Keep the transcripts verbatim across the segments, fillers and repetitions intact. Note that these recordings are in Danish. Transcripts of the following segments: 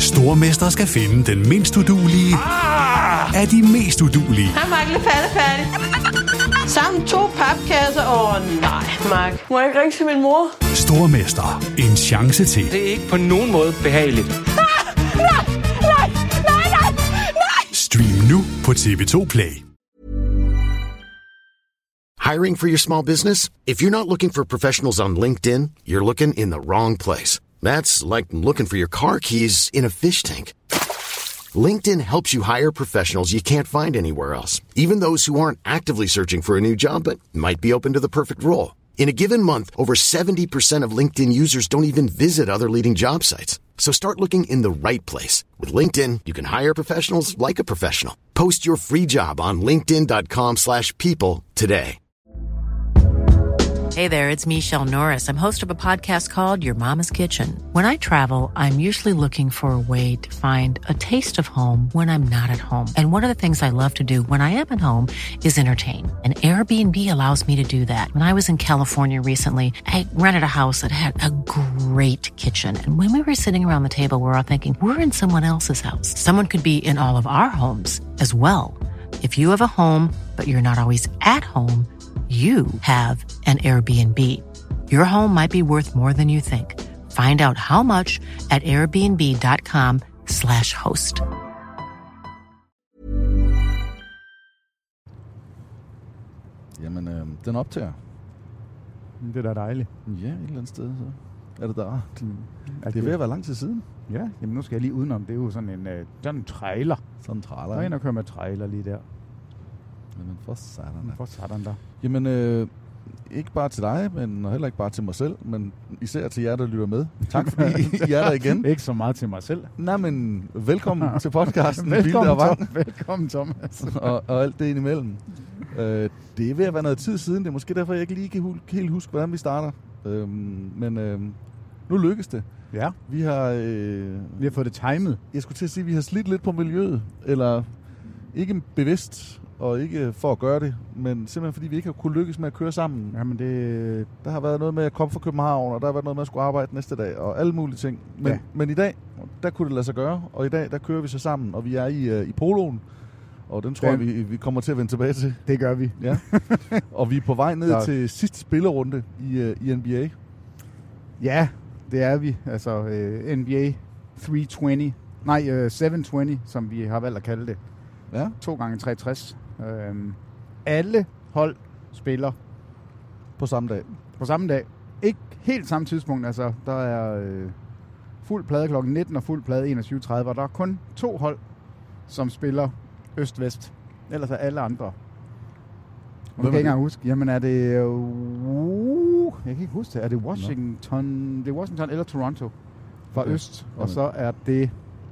Stormester skal finde den mindst uduelige ah! af de mest uduelige. Hej, Mark. Lidt færdig. Sammen to papkasser. Åh, oh, nej, Mark. Må jeg ikke ringe til min mor? Stormester. En chance til. Det er ikke på nogen måde behageligt. Ah! Nej, nej, nej, nej, nej. Stream nu på T V to Play. Hiring for your small business? If you're not looking for professionals on LinkedIn, you're looking in the wrong place. That's like looking for your car keys in a fish tank. LinkedIn helps you hire professionals you can't find anywhere else, even those who aren't actively searching for a new job but might be open to the perfect role. In a given month, over seventy percent of LinkedIn users don't even visit other leading job sites. So start looking in the right place. With LinkedIn, you can hire professionals like a professional. Post your free job on linkedin.com slash people today. Hey there, it's Michelle Norris. I'm host of a podcast called Your Mama's Kitchen. When I travel, I'm usually looking for a way to find a taste of home when I'm not at home. And one of the things I love to do when I am at home is entertain. And Airbnb allows me to do that. When I was in California recently, I rented a house that had a great kitchen. And when we were sitting around the table, we were all thinking, we're in someone else's house. Someone could be in all of our homes as well. If you have a home, but you're not always at home, you have an Airbnb. Your home might be worth more than you think. Find out how much at airbnb.com slash host. Jamen, øh, den optager. Det er da dejligt. Ja, et eller andet sted, så er det der. Mm. Er det er ved at være lang tid siden. Ja, jamen nu skal jeg lige udenom. Det er jo sådan en, øh, sådan en trailer. Sådan en trailer. Der er en, der kører med trailer lige der. Jamen, for sådan der. For sådan der. Jamen, øh, ikke bare til dig, men heller ikke bare til mig selv, men især til jer, der lytter med. Tak fordi I er der igen. Ikke så meget til mig selv. Nej, men velkommen til podcasten. Velkommen, og Vang. Tom. Velkommen, Thomas. og, og alt det indimellem. øh, det er ved at være noget tid siden. Det er måske derfor, jeg ikke lige kan helt huske, hvordan vi starter. Øhm, men øh, nu lykkes det. Ja. Vi har... Øh, vi har fået det timet. Jeg skulle til at sige, at vi har slidt lidt på miljøet. Eller ikke bevidst... Og ikke for at gøre det, men simpelthen fordi vi ikke har kunne lykkes med at køre sammen. Jamen det... Der har været noget med at komme fra København, og der har været noget med at skulle arbejde næste dag, og alle mulige ting. Men, ja. men i dag, der kunne det lade sig gøre, og i dag, der kører vi så sammen, og vi er i, uh, i poloen. Og den tror den. jeg, vi, vi kommer til at vende tilbage til. Det gør vi. Ja. Og vi er på vej ned til sidste spillerunde i, uh, i N B A. Ja, det er vi. Altså uh, N B A tre tyve. Nej, uh, syv tyve, som vi har valgt at kalde det. Ja. to gange tre tres. Øhm, alle hold spiller på samme dag. På samme dag. Ikke helt samme tidspunkt. Altså, der er øh, fuld plade klokken nitten og fuld plade enogtyve tredive. Og der er kun to hold, som spiller øst-vest. Ellers er alle andre. Jeg kan ikke engang huske. Jamen er det... Uh, jeg kan ikke huske det. Er det Washington? No. Det er Washington eller Toronto fra okay. øst. Og Jamen. så er det...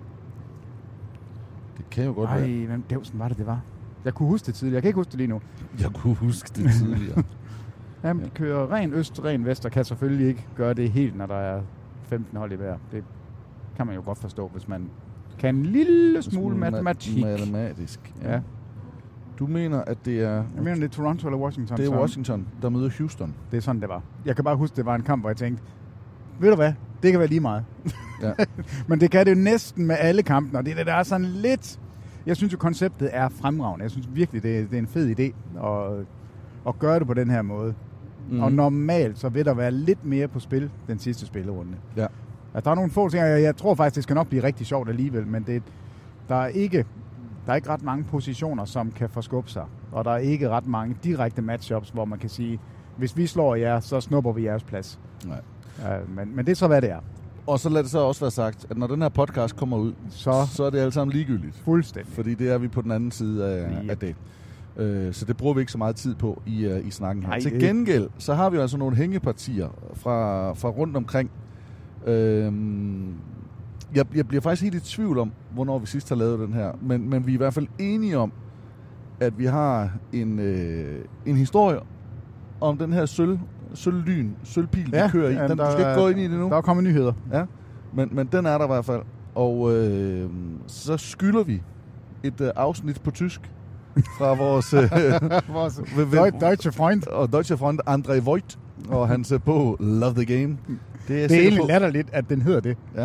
Det kan jo godt Ej, være. Ej, hvem dævsen var det, det var? Jeg kunne huske det tidligere. Jeg kan ikke huske det lige nu. Jeg kunne huske det tidligere. Jamen, de kører ren øst, ren vest, og kan selvfølgelig ikke gøre det helt, når der er femten hold i hver. Det kan man jo godt forstå, hvis man kan en lille smule matematik. Matematisk, ja. ja. Du mener, at det er... Jeg mener, det er Toronto eller Washington. Det er Washington, der møder Houston. Det er sådan, det var. Jeg kan bare huske, det var en kamp, hvor jeg tænkte, ved du hvad, det kan være lige meget. Ja. Men det kan det jo næsten med alle kampene, og det, det der er sådan lidt... Jeg synes jo, konceptet er fremragende. Jeg synes virkelig, det er, det er en fed idé at, at gøre det på den her måde. Mm. Og normalt, så vil der være lidt mere på spil den sidste spillerunde. Ja. Altså, der er nogle få ting, jeg, jeg tror faktisk, det skal nok blive rigtig sjovt alligevel, men det, der, er ikke, der er ikke ret mange positioner, som kan forskubbe sig. Og der er ikke ret mange direkte matchups, hvor man kan sige, hvis vi slår jer, så snupper vi jeres plads. Nej. Uh, men, men det er så, hvad det er. Og så lad det så også være sagt, at når den her podcast kommer ud, så, så er det alle sammen ligegyldigt. Fuldstændig. Fordi det er vi på den anden side af, yep. af det. Øh, så det bruger vi ikke så meget tid på i, uh, i snakken her. Nej, til gengæld, så har vi altså nogle hængepartier fra, fra rundt omkring. Øh, jeg, jeg bliver faktisk helt i tvivl om, hvornår vi sidst har lavet den her. Men, men vi er i hvert fald enige om, at vi har en, øh, en historie om den her sølv. Sølvlyn, sølvpil, ja, vi kører i. Den, du skal ikke gå ind i det nu. Der er kommet nyheder. Ja, men, men den er der i hvert fald. Og øh, så skylder vi et øh, afsnit på tysk fra vores... Øh, vores Deutsche Freund. Og Deutsche Freund, André Voigt, og hans øh, bog Love the Game. Det er, det er egentlig latterligt, at den hedder det. Ja,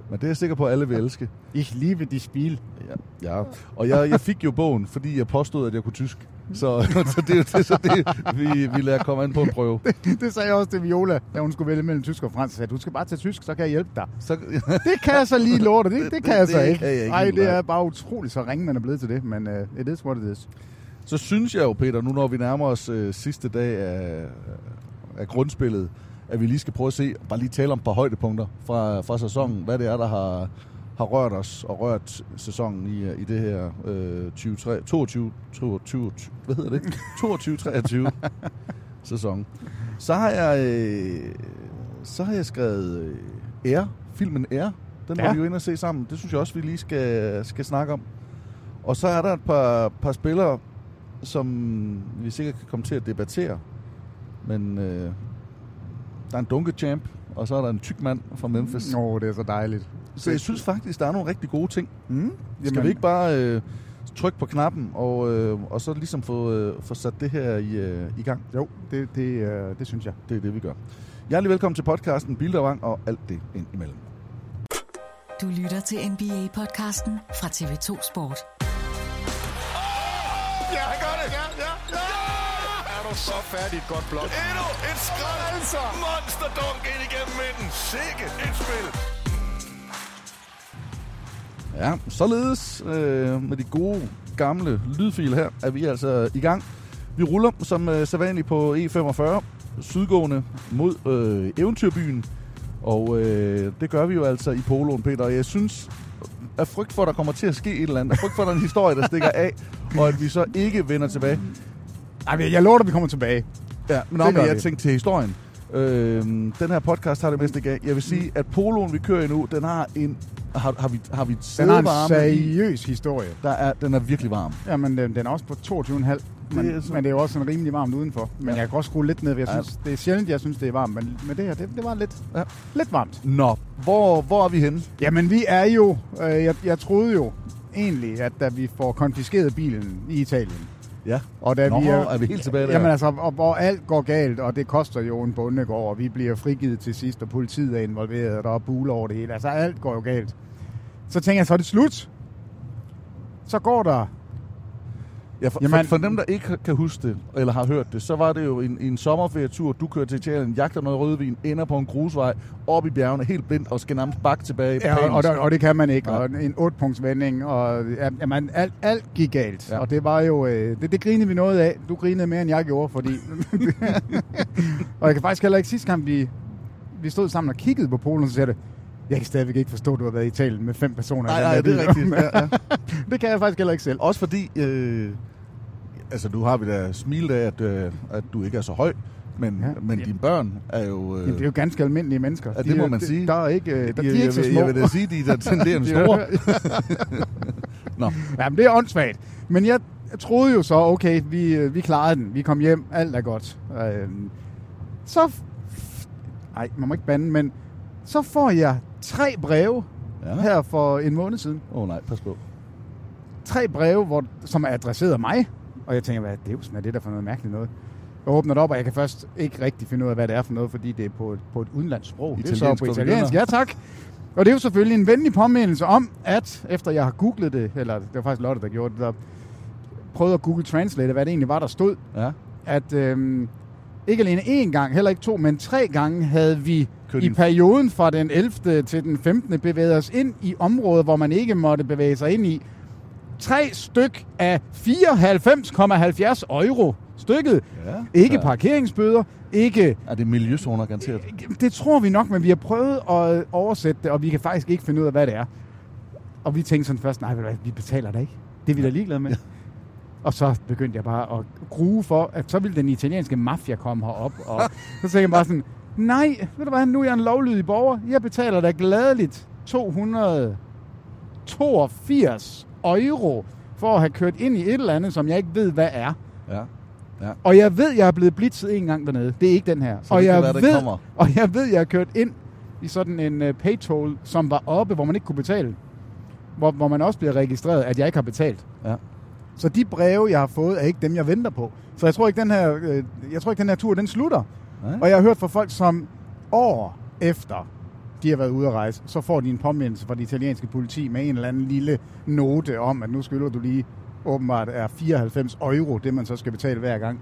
Men det er jeg sikker på, at alle vil elske. Ich liebe die Spiel. Ja, ja. Og jeg, jeg fik jo bogen, fordi jeg påstod, at jeg kunne tysk. Så, så det er det, så det vi, vi lader komme an på en prøve. Det, det sagde jeg også til Viola, da hun skulle vælge mellem tysk og fransk. Så sagde, du skal bare tage tysk, så kan jeg hjælpe dig. Så, det kan jeg så lige love dig. Det, det, det kan jeg så ikke. Nej, det er bare utroligt, så ringe man er blevet til det. Men uh, it is what it is. Så synes jeg jo, Peter, nu når vi nærmer os uh, sidste dag af, af grundspillet, at vi lige skal prøve at se, bare lige tale om et par højdepunkter fra, fra sæsonen. Hvad det er, der har, har rørt os og rørt sæsonen i, i det her øh, tyve, toogtyve, toogtyve, hvad hedder det? toogtyve treogtyve sæson. Så har jeg øh, så har jeg skrevet øh, Air, filmen Air. Den ja. Var vi jo inde og se sammen. Det synes jeg også, vi lige skal, skal snakke om. Og så er der et par, par spillere, som vi sikkert kan komme til at debattere. Men øh, der er en dunkechamp, og så er der en tyk mand fra Memphis. Åh, oh, det er så dejligt. Så jeg synes faktisk, der er nogle rigtig gode ting. Mm. Skal Jamen. vi ikke bare øh, trykke på knappen, og, øh, og så ligesom få, øh, få sat det her i, øh, i gang? Jo, det, det, øh, det synes jeg. Det er det, vi gør. Hjertelig velkommen til podcasten Bildervang og alt det ind imellem. Du lytter til N B A-podcasten fra T V to Sport. Ja, han gør det! Ja, ja, ja! Er du så færdigt godt blok? Endnu et skrald! Altså! Monsterdunk ind igennem midten. Sikke et spil! Ja, således øh, med de gode, gamle lydfil her, er vi altså i gang. Vi ruller som øh, sædvanligt på E femogfyrre, sydgående mod øh, Eventyrbyen. Og øh, det gør vi jo altså i poloen, Peter. Og jeg synes, at frygt for, at der kommer til at ske et eller andet, at frygt for, at der er en historie, der stikker af, og at vi så ikke vender tilbage. Ej, jeg lover dig, at vi kommer tilbage. Ja, men om jeg tænkte til historien. Øh, den her podcast har det mest ikke af. Jeg vil sige, at poloen, vi kører i nu, den har en... Har, har vi, har vi den har en seriøs historie. Der er, den er virkelig varm. Ja, men den, den er også på toogtyve komma fem. Men det, er men det er jo også en rimelig varmt udenfor. Men ja. Jeg kan også skrue lidt ned, jeg synes, ja. Det er sjældent, jeg synes, det er varmt. Men med det her, det, det var lidt, ja. lidt varmt. Nå, hvor, hvor er vi henne? Jamen, vi er jo... Øh, jeg, jeg troede jo egentlig, at da vi får konfiskeret bilen i Italien... Ja, og da Nå, vi er, er vi helt tilbage der? Jamen altså, og, hvor alt går galt, og det koster jo en bondegård, og vi bliver frigivet til sidst, og politiet er involveret, og der er buler over det hele. Altså, alt går jo galt. Så tænker jeg, så er det slut. Så går der... Ja, for, Jamen, for, for dem, der ikke kan huske det, eller har hørt det, så var det jo en, en sommerferietur. Du kører til Italien, jagter noget rødvin, ender på en grusvej, op i bjergene, helt blindt, og skal nærmest bakke tilbage. Ja, og, og, der, og det kan man ikke. Ja. Og en otte-punktsvending, og jamen, alt, alt gik galt. Ja. Og det var jo... Øh, det, det grinede vi noget af. Du grinede mere, end jeg gjorde, fordi... og jeg kan faktisk heller ikke sidste gang, vi, vi stod sammen og kiggede på Polen, så sagde det, jeg kan stadigvæk ikke forstå, at du har været i Italien med fem personer. Nej, nej, det er rigtigt. Ja, ja. Det kan jeg faktisk heller ikke selv. Også fordi, øh, altså nu har vi da smilet af, at, øh, at du ikke er så høj, men, ja. men dine børn er jo... Øh, Jamen, det er jo ganske almindelige mennesker. Ja, det må man sige. Der er ikke, der, de, de er ikke så små. Jeg vil da sige, de er tenderende store. Nå. Jamen, det er åndssvagt. Men jeg troede jo så, okay, vi, vi klarede den. Vi kom hjem, alt er godt. Øh, så... Nej, man må ikke bande, men... Så får jeg tre breve ja. her for en måned siden. Åh oh, nej, pas på. Tre breve, hvor, som er adresseret af mig. Og jeg tænker, hvad det er det der for noget mærkeligt noget? Jeg åbner det op, og jeg kan først ikke rigtig finde ud af, hvad det er for noget, fordi det er på et, på et udenlandsk sprog. Italiensk, det er så på italiensk, ja tak. Og det er jo selvfølgelig en venlig påmindelse om, at efter jeg har googlet det, eller det var faktisk Lotte, der gjorde det, der prøvede at Google Translate, hvad det egentlig var, der stod. Ja. At øhm, ikke alene én gang, heller ikke to, men tre gange havde vi i perioden fra den ellevte til den femtende bevæget os ind i områder, hvor man ikke måtte bevæge sig ind i. Tre styk af fireoghalvfems komma halvfjerds euro stykket. Ja, ikke ja. Parkeringsbøder, ikke... Er det miljøzoner garanteret? Det tror vi nok, men vi har prøvet at oversætte det, og vi kan faktisk ikke finde ud af, hvad det er. Og vi tænkte sådan først, nej, vi betaler det ikke. Det er vi da ligeglade med. Ja. Og så begyndte jeg bare at grue for, at så ville den italienske mafia komme herop. Og så tænkte jeg bare sådan, nej, ved du hvad, nu er jeg en lovlydig borger. Jeg betaler da gladeligt to hundrede toogfirs euro for at have kørt ind i et eller andet, som jeg ikke ved, hvad er. Ja. Ja. Og jeg ved, jeg er blevet blitzet en gang dernede. Det er ikke den her. Så og, jeg være, ved, kommer. og jeg ved, jeg har kørt ind i sådan en uh, pay-toll, som var oppe, hvor man ikke kunne betale. Hvor, hvor man også bliver registreret, at jeg ikke har betalt. Ja. Så de breve, jeg har fået, er ikke dem, jeg venter på. Så jeg tror ikke, den her, øh, jeg tror ikke, den her tur, den slutter. Nej. Og jeg har hørt fra folk, som år efter de har været ude at rejse, så får de en påmindelse fra det italienske politi med en eller anden lille note om, at nu skylder du lige åbenbart er fireoghalvfems euro, det man så skal betale hver gang.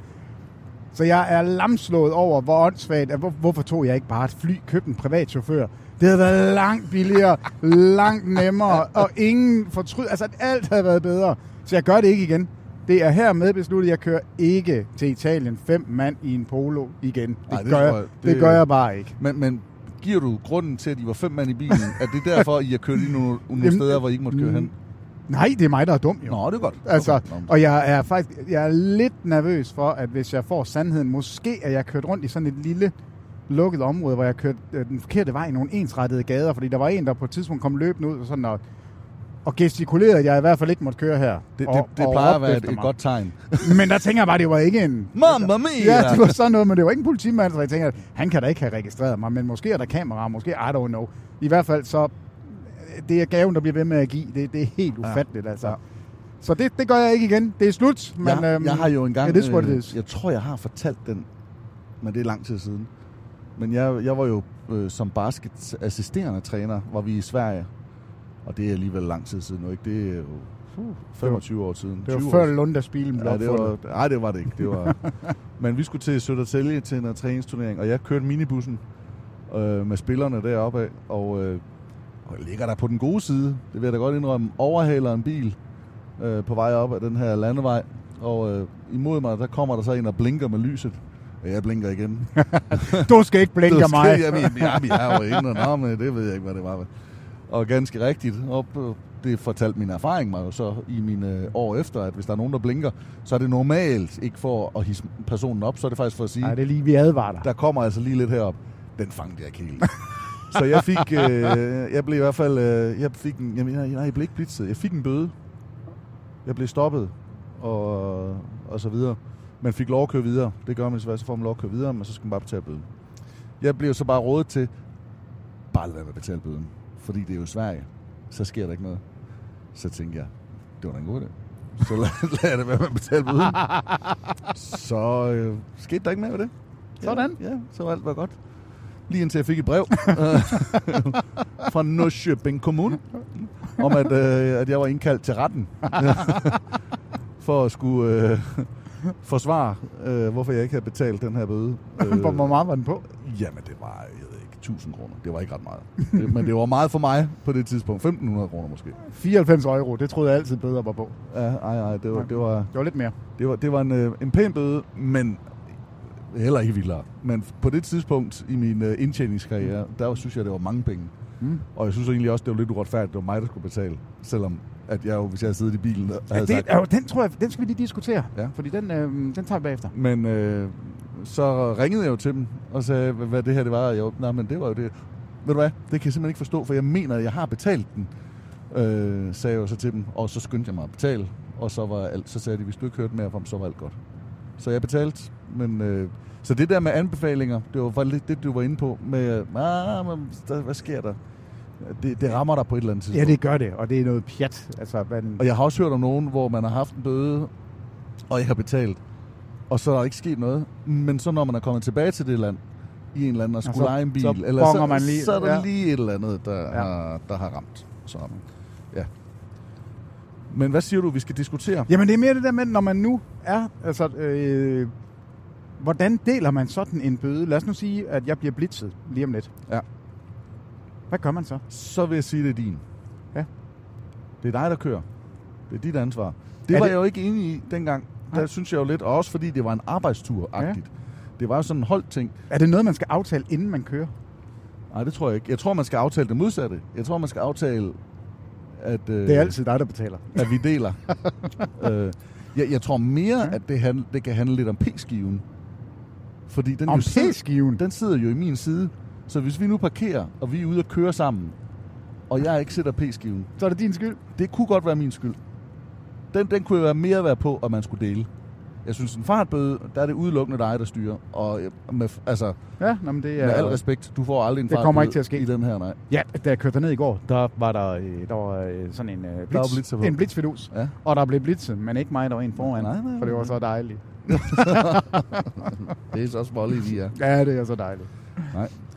Så jeg er lamslået over, hvor åndssvagt, hvor, hvorfor tog jeg ikke bare et fly, købte en privatchauffør. Det havde været langt billigere, langt nemmere, og ingen fortryd. Altså, alt havde været bedre. Så jeg gør det ikke igen. Det er hermed besluttet, jeg kører ikke til Italien fem mand i en Polo igen. Det, Ej, det, gør, jeg, jeg, det, det gør jeg bare ikke. Men, men giver du grunden til, at I var fem mand i bilen? Er det derfor, I har kørt i nogle, nogle steder, hvor I ikke måtte køre hen? Nej, det er mig, der er dum, jo. Nå, det er godt. Altså, okay. Og jeg er faktisk jeg er lidt nervøs for, at hvis jeg får sandheden, måske er jeg kørt rundt i sådan et lille lukket område, hvor jeg kørte øh, den forkerte vej i nogle ensrettede gader, fordi der var en, der på et tidspunkt kom løbende ud og, sådan, og, og gestikulerede, at jeg i hvert fald ikke måtte køre her. Det, og, det, det og plejer at være et, et godt tegn. Men der tænker jeg bare, det var ikke en... Mamma mia! Ja, det var sådan noget, men det var ikke en politimand, så jeg tænker, at han kan da ikke have registreret mig, men måske er der kamera, måske, I don't know. I hvert fald så, det er gaven, der bliver ved med at give. Det, det er helt ufatteligt, ja. altså. Ja. Så det, det gør jeg ikke igen. Det er slut. Men, jeg, øhm, jeg har jo engang... it is what it is. Jeg tror, jeg har fortalt den, men det er lang tid siden. Men jeg, jeg var jo øh, som basketassisterende træner, var vi i Sverige. Og det er alligevel lang tid siden nu, ikke? Det er jo femogtyve år siden. Det var før Lundaspilen blev ja, opfundet. Nej, det var det ikke. Det var, men vi skulle til Södertälje til en træningsturnering, og jeg kørte minibussen øh, med spillerne deroppe af, og, øh, og jeg ligger der på den gode side. Det vil jeg da godt indrømme. Overhaler en bil øh, på vej op ad den her landevej, og øh, imod mig, der kommer der så en og blinker med lyset. Jeg blinker igen. Du skal ikke blinke skal, mig. Jamen, jamen, jeg er jo inde, og nå, det ved jeg ikke, hvad det var. Og ganske rigtigt, og det fortalte min erfaring mig jo så i mine år efter, at hvis der er nogen, der blinker, så er det normalt ikke for at hisse personen op, så er det faktisk for at sige... Nej, det er lige, vi advarer dig. Der kommer altså lige lidt herop. Den fangede jeg ikke helt. Så jeg fik... Øh, jeg blev i hvert fald... Øh, jeg fik en... Jamen, nej, jeg blev ikke blitzet. Jeg fik en bøde. Jeg blev stoppet, og, og så videre. Man fik lov at køre videre. Det gør man så får man lov at køre videre, men så skal man bare betale bøden. Jeg blev så bare rådet til, bare lad være med at betale bøden. Fordi det er jo Sverige. Så sker der ikke noget. Så tænkte jeg, det var da en god idé. Så lad, lad det være med at betale bøden. Så øh, skete der ikke mere ved det. Sådan. Ja, så var alt var godt. Lige indtil jeg fik et brev fra Norrköping Kommune om, at, øh, at jeg var indkaldt til retten. For at skulle øh, forsvare, øh, hvorfor jeg ikke havde betalt den her bøde. Øh, Hvor meget var den på? Jamen, det var, jeg ved ikke, tusind kroner. Det var ikke ret meget. Det, men det var meget for mig på det tidspunkt. femten hundrede kroner måske. fireoghalvfems euro, det troede jeg altid bøder var på. Ja, ej, ej, det var, det var, det var lidt mere. Det var, det var en, en pæn bøde, men heller ikke vildere. Men på det tidspunkt i min indtjeningskarriere, der synes jeg, det var mange penge. Mm. Og jeg synes egentlig også, det var lidt uretfærdigt, det var mig, der skulle betale. Selvom at jeg jo, hvis jeg havde siddet i bilen, der ja, havde det, sagt... Jo, den tror jeg, den skal vi lige diskutere. Ja. Fordi den, øh, den tager vi bagefter. Men øh, så ringede jeg jo til dem og sagde, hvad det her det var. Og jeg, nej, men det var jo det. Ved du hvad, det kan jeg simpelthen ikke forstå, for jeg mener, at jeg har betalt den. Øh, sagde jeg jo så til dem, og så skyndte jeg mig at betale. Og så, var alt, så sagde de, hvis du ikke hørte mere fra dem, så var alt godt. Så jeg betalte, men... Øh, så det der med anbefalinger, det var lidt det, du var inde på, med, ah, men, der, hvad sker der? Det, det rammer dig på et eller andet tidspunkt. Ja, det gør det, og det er noget pjat. Altså, man... Og jeg har også hørt om nogen, hvor man har haft en bøde, og jeg har betalt, og så er der ikke sket noget. Men så når man er kommet tilbage til det land, i en eller anden, og skulle lege en bil, så, eller så, man lige, så er der ja. lige et eller andet, der, ja. har, der har ramt. Så, ja. Men hvad siger du, vi skal diskutere? Jamen det er mere det der med, når man nu er... Altså, øh, hvordan deler man sådan en bøde? Lad os nu sige, at jeg bliver blitzet lige om lidt. Ja. Hvad gør man så? Så vil jeg sige, det er din. Ja. Det er dig, der kører. Det er dit ansvar. Det er var det? Jeg jo ikke enig i dengang. Der ja. synes jeg jo lidt, og også fordi det var en arbejdstur-agtigt. Ja. Det var jo sådan en holdt ting. Er det noget, man skal aftale, inden man kører? Nej, det tror jeg ikke. Jeg tror, man skal aftale det modsatte. Jeg tror, man skal aftale, at... Øh, det er altid dig, der betaler. At vi deler. øh, jeg, jeg tror mere, ja. at det, handle, det kan handle lidt om p-skiven. Fordi den, om jo sidder, p-skiven? Den sidder jo i min side. Så hvis vi nu parkerer, og vi er ude og køre sammen, og jeg ikke sætter p-skiven... Så er det din skyld? Det kunne godt være min skyld. Den, den kunne jo være mere være på, at man skulle dele. Jeg synes, en fartbøde, der er det udelukkende dig, der styrer. Og med, altså, ja, nå, men det er, med al respekt, du får aldrig en fartbøde. Det kommer ikke til at ske i den her, nej. Ja, da jeg kørte ned i går, der var der, der var sådan en uh, blitz, blitz en blitzfidus. Ja. Og der blev blitzet, men ikke mig, der var en foran. Nej, nej, nej. For det var så dejligt. Det er så småligt, vi er. Ja, det er så dejligt. Nej.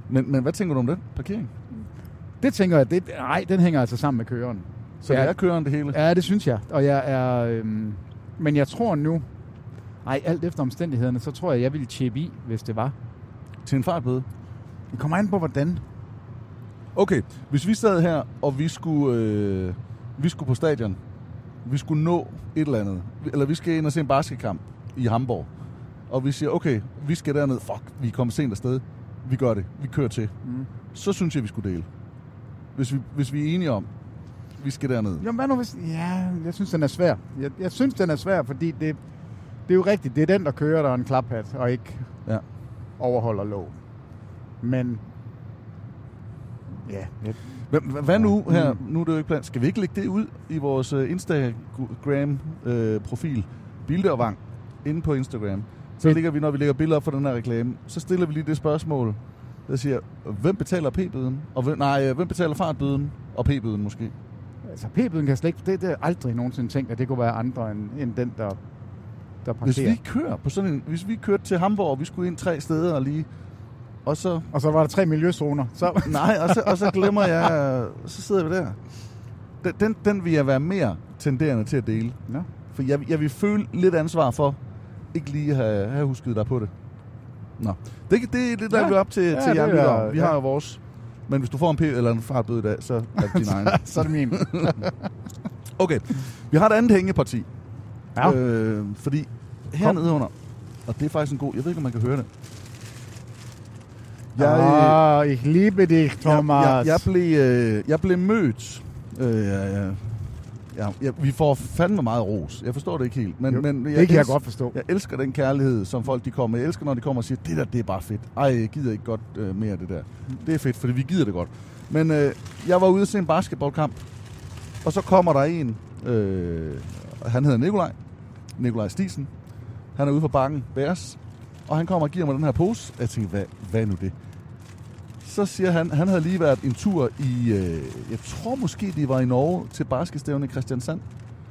Men, men hvad tænker du om den parkering? Det tænker jeg, det, nej, den hænger altså sammen med køreren. Så det er køreren det hele? Ja, det synes jeg. Og jeg er, øhm, men jeg tror nu, nej, alt efter omstændighederne, så tror jeg, jeg ville chippe i, hvis det var. Til en fartbøde? Det kommer an på, hvordan. Okay, hvis vi sad her, og vi skulle, øh, vi skulle på stadion, vi skulle nå et eller andet, eller vi skal ind og se en basketkamp i Hamburg, og vi siger, okay, vi skal derned, fuck, vi er kommet sent afsted, vi gør det, vi kører til. Mm. Så synes jeg, vi skulle dele. Hvis vi, hvis vi er enige om, vi skal derned. Jamen, hvad nu hvis... Ja, jeg synes, den er svær. Jeg, jeg synes, den er svær, fordi det, det er jo rigtigt. Det er den, der kører, der er en klaphat, og ikke ja. overholder lov. Men... Ja. Jeg, hvad, hvad nu her? Nu er det jo ikke plan. Skal vi ikke lægge det ud i vores Instagram-profil? Øh, Bilde og Vang. Inde på Instagram. Så ligger vi, når vi lægger billeder op for den her reklame, så stiller vi lige det spørgsmål, der siger, hvem betaler p-bøden? Og hvem, nej, hvem betaler fartbøden? Og p-bøden måske? Altså, p-bøden kan slet ikke... Det, det er aldrig nogensinde tænkt, at det kunne være andre end, end den, der, der parkerer. Hvis vi kører på sådan en... Hvis vi kørte til Hamburg, og vi skulle ind tre steder og lige... Og så... Og så var der tre miljøzoner. Så... Nej, og så, og så glemmer jeg... Så sidder vi der. Den, den, den vil jeg være mere tenderende til at dele. Ja. For jeg, jeg vil føle lidt ansvar for ikke lige have, have husket dig på det. Nå. Det, det, det der ja. vi op til, ja, til jer lytter. Vi ja. har jo vores... Men hvis du får en p eller en fartbøde i dag, så er det din egen. Så er det min. Okay. Vi har et andet hængeparti. Ja. Øh, fordi hernede under... Og det er faktisk en god... Jeg ved ikke, om man kan høre det. Jeg, ah, ich liebe dich, Thomas. Jeg, jeg, jeg, blev, øh, jeg blev mødt... Øh, ja, ja. Ja, ja, vi får fandme meget ros. Jeg forstår det ikke helt. Men, jo, men jeg det kan jeg elsker, godt forstå. Jeg elsker den kærlighed, som folk de kommer med. Jeg elsker, når de kommer og siger, det der, det er bare fedt. Ej, jeg gider ikke godt øh, mere af det der. Det er fedt, fordi vi gider det godt. Men øh, jeg var ude at se en basketballkamp, og så kommer der en, øh, han hedder Nikolaj, Nikolaj Stisen. Han er ude på bakken, Bærs, og han kommer og giver mig den her pose. Jeg tænkte, hvad, hvad er nu det? Så siger han, han havde lige været en tur i, øh, jeg tror måske, de var i Norge til basketstævne i Kristiansand.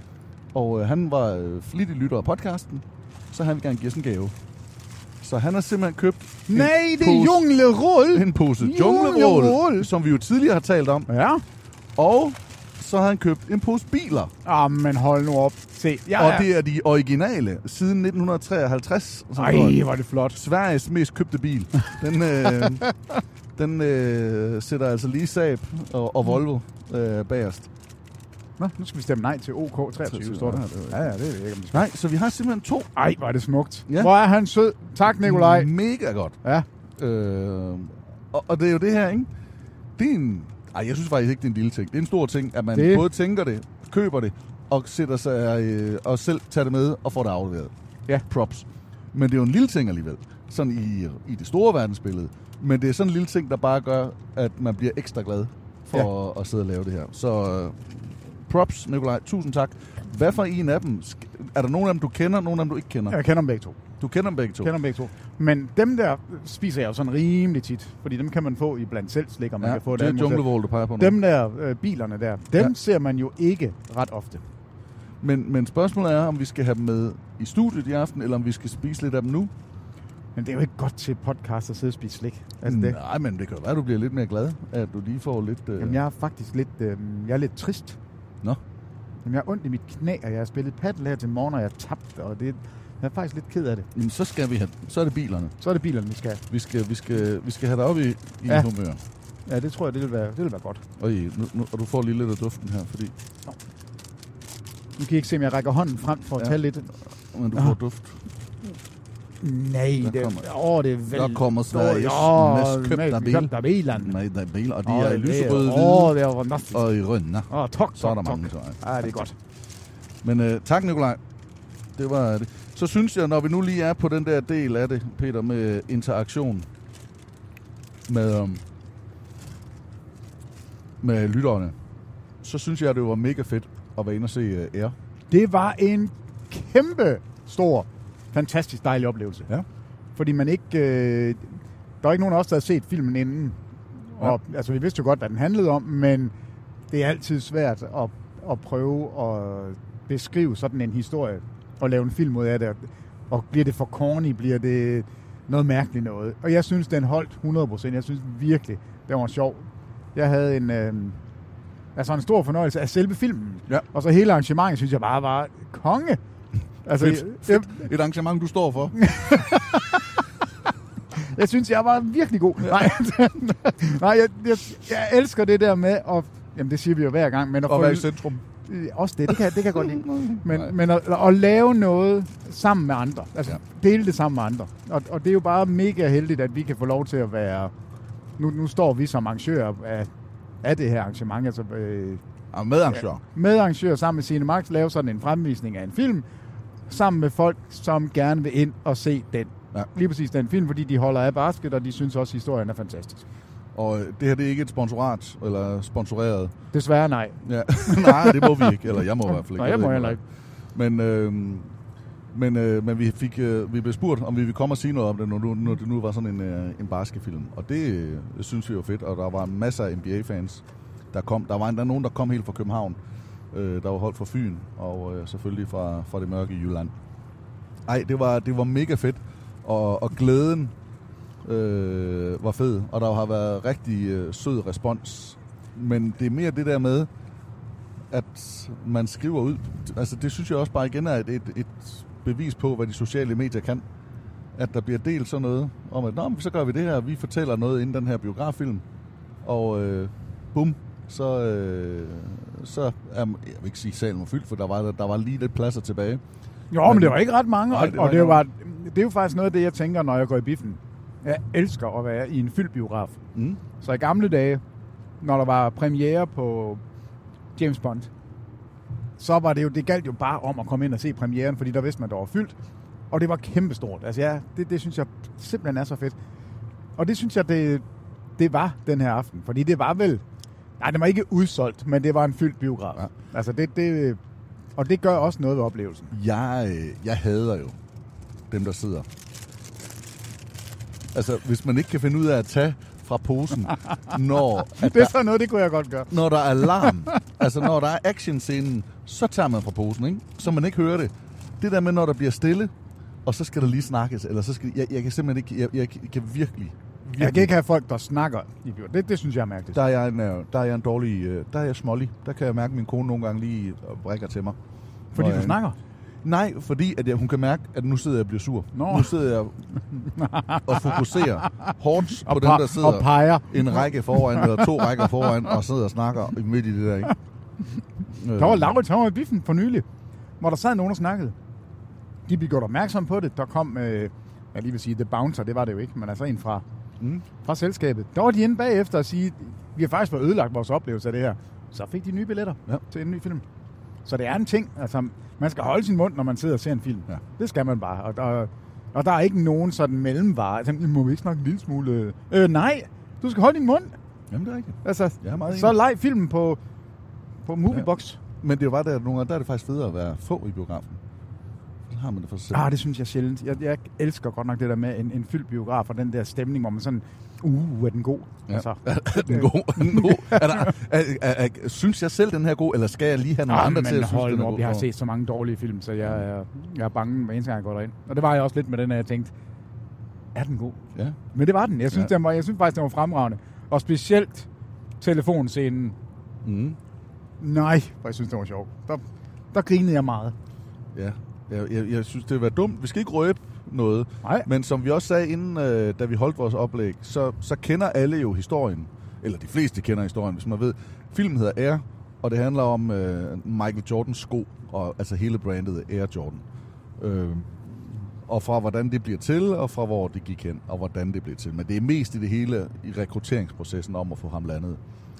Og øh, han var øh, flittig lytter af podcasten, så han vil gerne give os en gave. Så han har simpelthen købt Nej, det er junglerull! En pose junglerull, som vi jo tidligere har talt om. Ja. Og så har han købt en pose biler. Ah, men hold nu op. Se. Ja, og ja. det er de originale, siden nitten treoghalvtreds. Ej, var det flot. Sveriges mest købte bil. Den... Øh, Den øh, sætter altså lige Saab og, og Volvo øh, bagerst. Nå, nu skal vi stemme nej til O K treogtyve, står der. Ja, ja, det er ikke, om det nej, så vi har simpelthen to. Ej, var det smukt. Ja. Hvor er han sød. Tak, Nikolaj. Mega godt. Ja. Øh, og, og det er jo det her, ikke? Det er en... Ej, jeg synes faktisk ikke, det er en lille ting. Det er en stor ting, at man det. både tænker det, køber det, og sætter sig øh, og selv tager det med og får det afleveret. Ja. Props. Men det er jo en lille ting alligevel. Sådan i, i det store verdensbillede. Men det er sådan en lille ting, der bare gør, at man bliver ekstra glad for ja. at, at sidde og lave det her. Så uh, props, Nikolaj. Tusind tak. Hvad for en af dem? Er der nogen af dem, du kender, nogen af dem, du ikke kender? Jeg kender dem begge to. Du kender dem begge to? Jeg kender dem begge to. Men dem der spiser jeg jo sådan rimelig tit. Fordi dem kan man få i blandt selv slik, og man ja, kan få det. Det er Junglevold, du peger på nu. Dem der, øh, bilerne der, dem ja. ser man jo ikke ret ofte. Men, men spørgsmålet er, om vi skal have dem med i studiet i aften, eller om vi skal spise lidt af dem nu? Men det er jo ikke godt til podcast at sidde og spise slik. Altså det. Nej, men det kan jo være, at du bliver lidt mere glad, at du lige får lidt... Øh... Jamen, jeg er faktisk lidt, øh, jeg er lidt trist. Nå? Jamen, jeg har ondt i mit knæ, og jeg har spillet paddle her til morgen, og jeg har tabt, og det, jeg er faktisk lidt ked af det. Jamen, så skal vi have... Så er det bilerne. Så er det bilerne, vi skal have. Vi skal, vi skal, vi skal have dig op i, i ja. humør. Ja, det tror jeg, det vil være, det vil være godt. Og, i, nu, nu, og du får lige lidt af duften her, fordi... Nå. Nu kan I ikke se, om jeg rækker hånden frem for at ja. tage lidt. Men du får duft. Nej, det, åh, det er vel... Der kommer Sveriges mest købte bil. Købte bilen. Med der bil, og de oh, er i lyserøde, åh, det er fantastisk. Og i rønne. Åh, oh, tok, så er der tok, mange, så ja, det er godt. Men uh, tak, Nikolaj. Det var det. Så synes jeg, når vi nu lige er på den der del af det, Peter, med interaktion med, um, med lytterne, så synes jeg, det var mega fedt at være inde og se uh, Air. Det var en kæmpe stor, fantastisk dejlig oplevelse. Ja. Fordi man ikke... Øh, der er ikke nogen af os, der har set filmen inden. Ja. Og, altså, vi vidste jo godt, hvad den handlede om, men det er altid svært at, at prøve at beskrive sådan en historie og lave en film ud af det. Og bliver det for corny, bliver det... noget mærkeligt noget. Og jeg synes, den holdt hundrede procent. Jeg synes virkelig, det var sjov. Jeg havde en, øh, altså en stor fornøjelse af selve filmen. Ja. Og så hele arrangementet, synes jeg bare var konge. Altså, fedt, fedt. Et arrangement, du står for. Jeg synes, jeg var virkelig god. Nej, Nej jeg, jeg, jeg elsker det der med at... Jamen, det siger vi jo hver gang. Men at og få, være i centrum. Også det, det kan, det kan jeg godt lide. Men, men at, at lave noget sammen med andre. Altså, ja. Dele det sammen med andre. Og, og det er jo bare mega heldigt, at vi kan få lov til at være... Nu, nu står vi som arrangører af, af det her arrangement. Altså, øh, ja, medarrangør. Ja, medarrangør sammen med Cinemax lave sådan en fremvisning af en film. Sammen med folk, som gerne vil ind og se den. Ja. Lige præcis den film, fordi de holder af basket, og de synes også, at historien er fantastisk. Og det her, det er ikke et sponsorat, eller sponsoreret? Desværre nej. Ja. Nej, det må vi ikke, eller jeg må i hvert fald ikke. Nej, jeg må heller ikke. Men, øh, men, øh, men vi, fik, øh, vi blev spurgt, om vi ville komme og sige noget om det, når, nu, når det nu var sådan en, øh, en basketfilm. Og det øh, synes vi var fedt, og der var masser af N B A-fans, der kom. Der var endda nogen, der kom helt fra København. Øh, der var holdt fra Fyn, og øh, selvfølgelig fra, fra det mørke Jylland. Ej, det var, det var mega fedt, og, og glæden øh, var fed, og der har været rigtig øh, sød respons. Men det er mere det der med, at man skriver ud. Altså, det synes jeg også bare igen er et, et, et bevis på, hvad de sociale medier kan. At der bliver delt sådan noget om, at nå, så gør vi det her, vi fortæller noget inden den her biograffilm, og øh, bum, så, øh, så er, jeg vil ikke sige, salen var fyldt, for der var, der var lige lidt pladser tilbage. Jo, men, men det var ikke ret mange, nej, det og, og det, var, det er jo faktisk noget af det, jeg tænker, når jeg går i biffen. Jeg elsker at være i en fyldt biograf. Mm. Så i gamle dage, når der var premiere på James Bond, så var det jo, det galt jo bare om at komme ind og se premieren, fordi der vidste man, der var fyldt, og det var kæmpestort. Altså ja, det, det synes jeg simpelthen er så fedt. Og det synes jeg, det, det var den her aften, fordi det var vel, nej, det var ikke udsolgt, men det var en fyldt biograf. Ja. Altså det, det, og det gør også noget ved oplevelsen. Jeg, jeg hader jo dem, der sidder. Altså, hvis man ikke kan finde ud af at tage fra posen, når... det er sådan noget, det kunne jeg godt gøre. Når der er larm, altså når der er actionscenen, så tager man fra posen, ikke? Så man ikke hører det. Det der med, når der bliver stille, og så skal der lige snakkes, eller så skal... Jeg, jeg kan simpelthen ikke... Jeg, jeg, jeg kan virkelig, virkelig... Jeg kan ikke have folk, der snakker i byen. Det, det synes jeg er mærkeligt. Der er jeg en, der er jeg en dårlig... Der er jeg smålig. Der kan jeg mærke, at min kone nogle gange lige brækker til mig. Fordi og, du snakker? Nej, fordi at jeg, hun kan mærke, at nu sidder jeg og bliver sur. Nå. Nu sidder jeg og fokuserer hårdt på og dem, der sidder og peger. en række foran, eller to rækker foran, og sidder og snakker midt i det der, ikke? Der var Laurits, han var i biffen for nylig, hvor der sad nogen og snakkede. De blev gjort opmærksom på det. Der kom, øh, jeg lige vil sige, The Bouncer, det var det jo ikke, men altså en fra, mm. fra selskabet. Der var de inde bagefter og sige, vi har faktisk fået ødelagt vores oplevelse af det her. Så fik de nye billetter ja. til en ny film. Så det er en ting, altså man skal holde sin mund, når man sidder og ser en film. Ja. Det skal man bare. Og der, og der er ikke nogen sådan mellemvare. Altså, må vi ikke snakke en lille smule? Øh, nej, du skal holde din mund. Jamen, det er rigtigt. Altså, så leg filmen på, på Moviebox. Ja. Men det var der, nogle der er det faktisk federe at være få i biografen. Så har man det for sig selv. Ah, det synes jeg sjældent. Jeg, jeg elsker godt nok det der med en, en fyldt biograf, og den der stemning, hvor man sådan, uh, er den god? Ja. Altså, er den god? Er den god? Er der, er, er, er, synes jeg selv, den her god, eller skal jeg lige have nogle ah, andre til at synes, den er god? Jeg har set så mange dårlige film, så jeg er, jeg er bange hver eneste gang, jeg går derind. Og det var jeg også lidt med den, at jeg tænkte, er den god? Ja. Men det var den. Jeg synes, ja. den var, jeg synes faktisk, den var fremragende. Og specielt telefonscenen. Mm. Nej, for jeg synes, det var sjovt. Der, der grinede jeg meget. Ja, jeg, jeg, jeg synes, det var dumt. Vi skal ikke røbe noget. Nej. Men som vi også sagde inden, øh, da vi holdt vores oplæg, så, så kender alle jo historien. Eller de fleste kender historien, hvis man ved. Filmen hedder Air, og det handler om øh, Michael Jordans sko, og altså hele brandet Air Jordan. Øh, og fra hvordan det bliver til, og fra hvor det gik hen, og hvordan det blev til. Men det er mest i det hele i rekrutteringsprocessen om at få ham landet.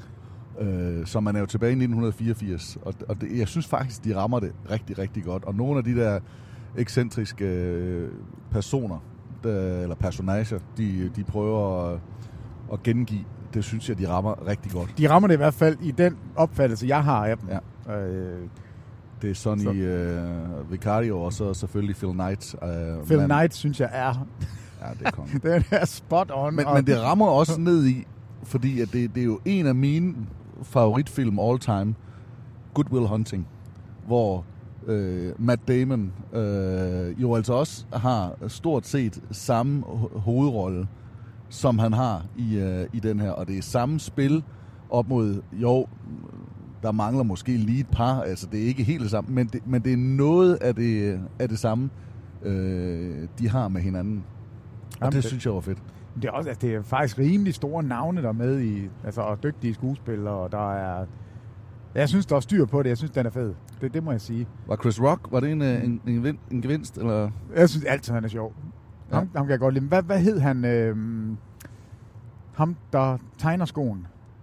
Øh, så man er jo tilbage i nitten fireogfirs, og, og det, jeg synes faktisk, de rammer det rigtig, rigtig godt. Og nogle af de der ekscentriske øh, personer, der, eller personager, de, de prøver at, at gengive, det synes jeg, de rammer rigtig godt. De rammer det i hvert fald i den opfattelse, jeg har af dem. Ja. Øh, det er Sonny så. øh, Vicario, og så selvfølgelig Phil Knight. Øh, Phil man, Knight, synes jeg, er... ja, det er kongen. Den er spot on. Men, men det rammer også ned i, fordi at det, det er jo en af mine favoritfilm all time, Good Will Hunting, hvor øh, Matt Damon øh, jo altså også har stort set samme ho- hovedrolle, som han har i, øh, i den her. Og det er samme spil op mod, jo, der mangler måske lige et par, altså det er ikke helt det samme, men det, men det er noget af det, af det samme, øh, de har med hinanden. Og Jamen, det, det synes jeg var fedt. Det er, også, altså, det er faktisk rimelig store navne, der er med i, altså, og dygtige skuespillere, og der er... Jeg synes, der er styr på det. Jeg synes, den er fed. Det, det må jeg sige. Var Chris Rock, var det en, en, en, en gevinst? Eller? Jeg synes altid, han er sjov. Ja. Ham, ham kan jeg godt lide. Hvad, hvad hed han? Øh, ham, der tegner skoen?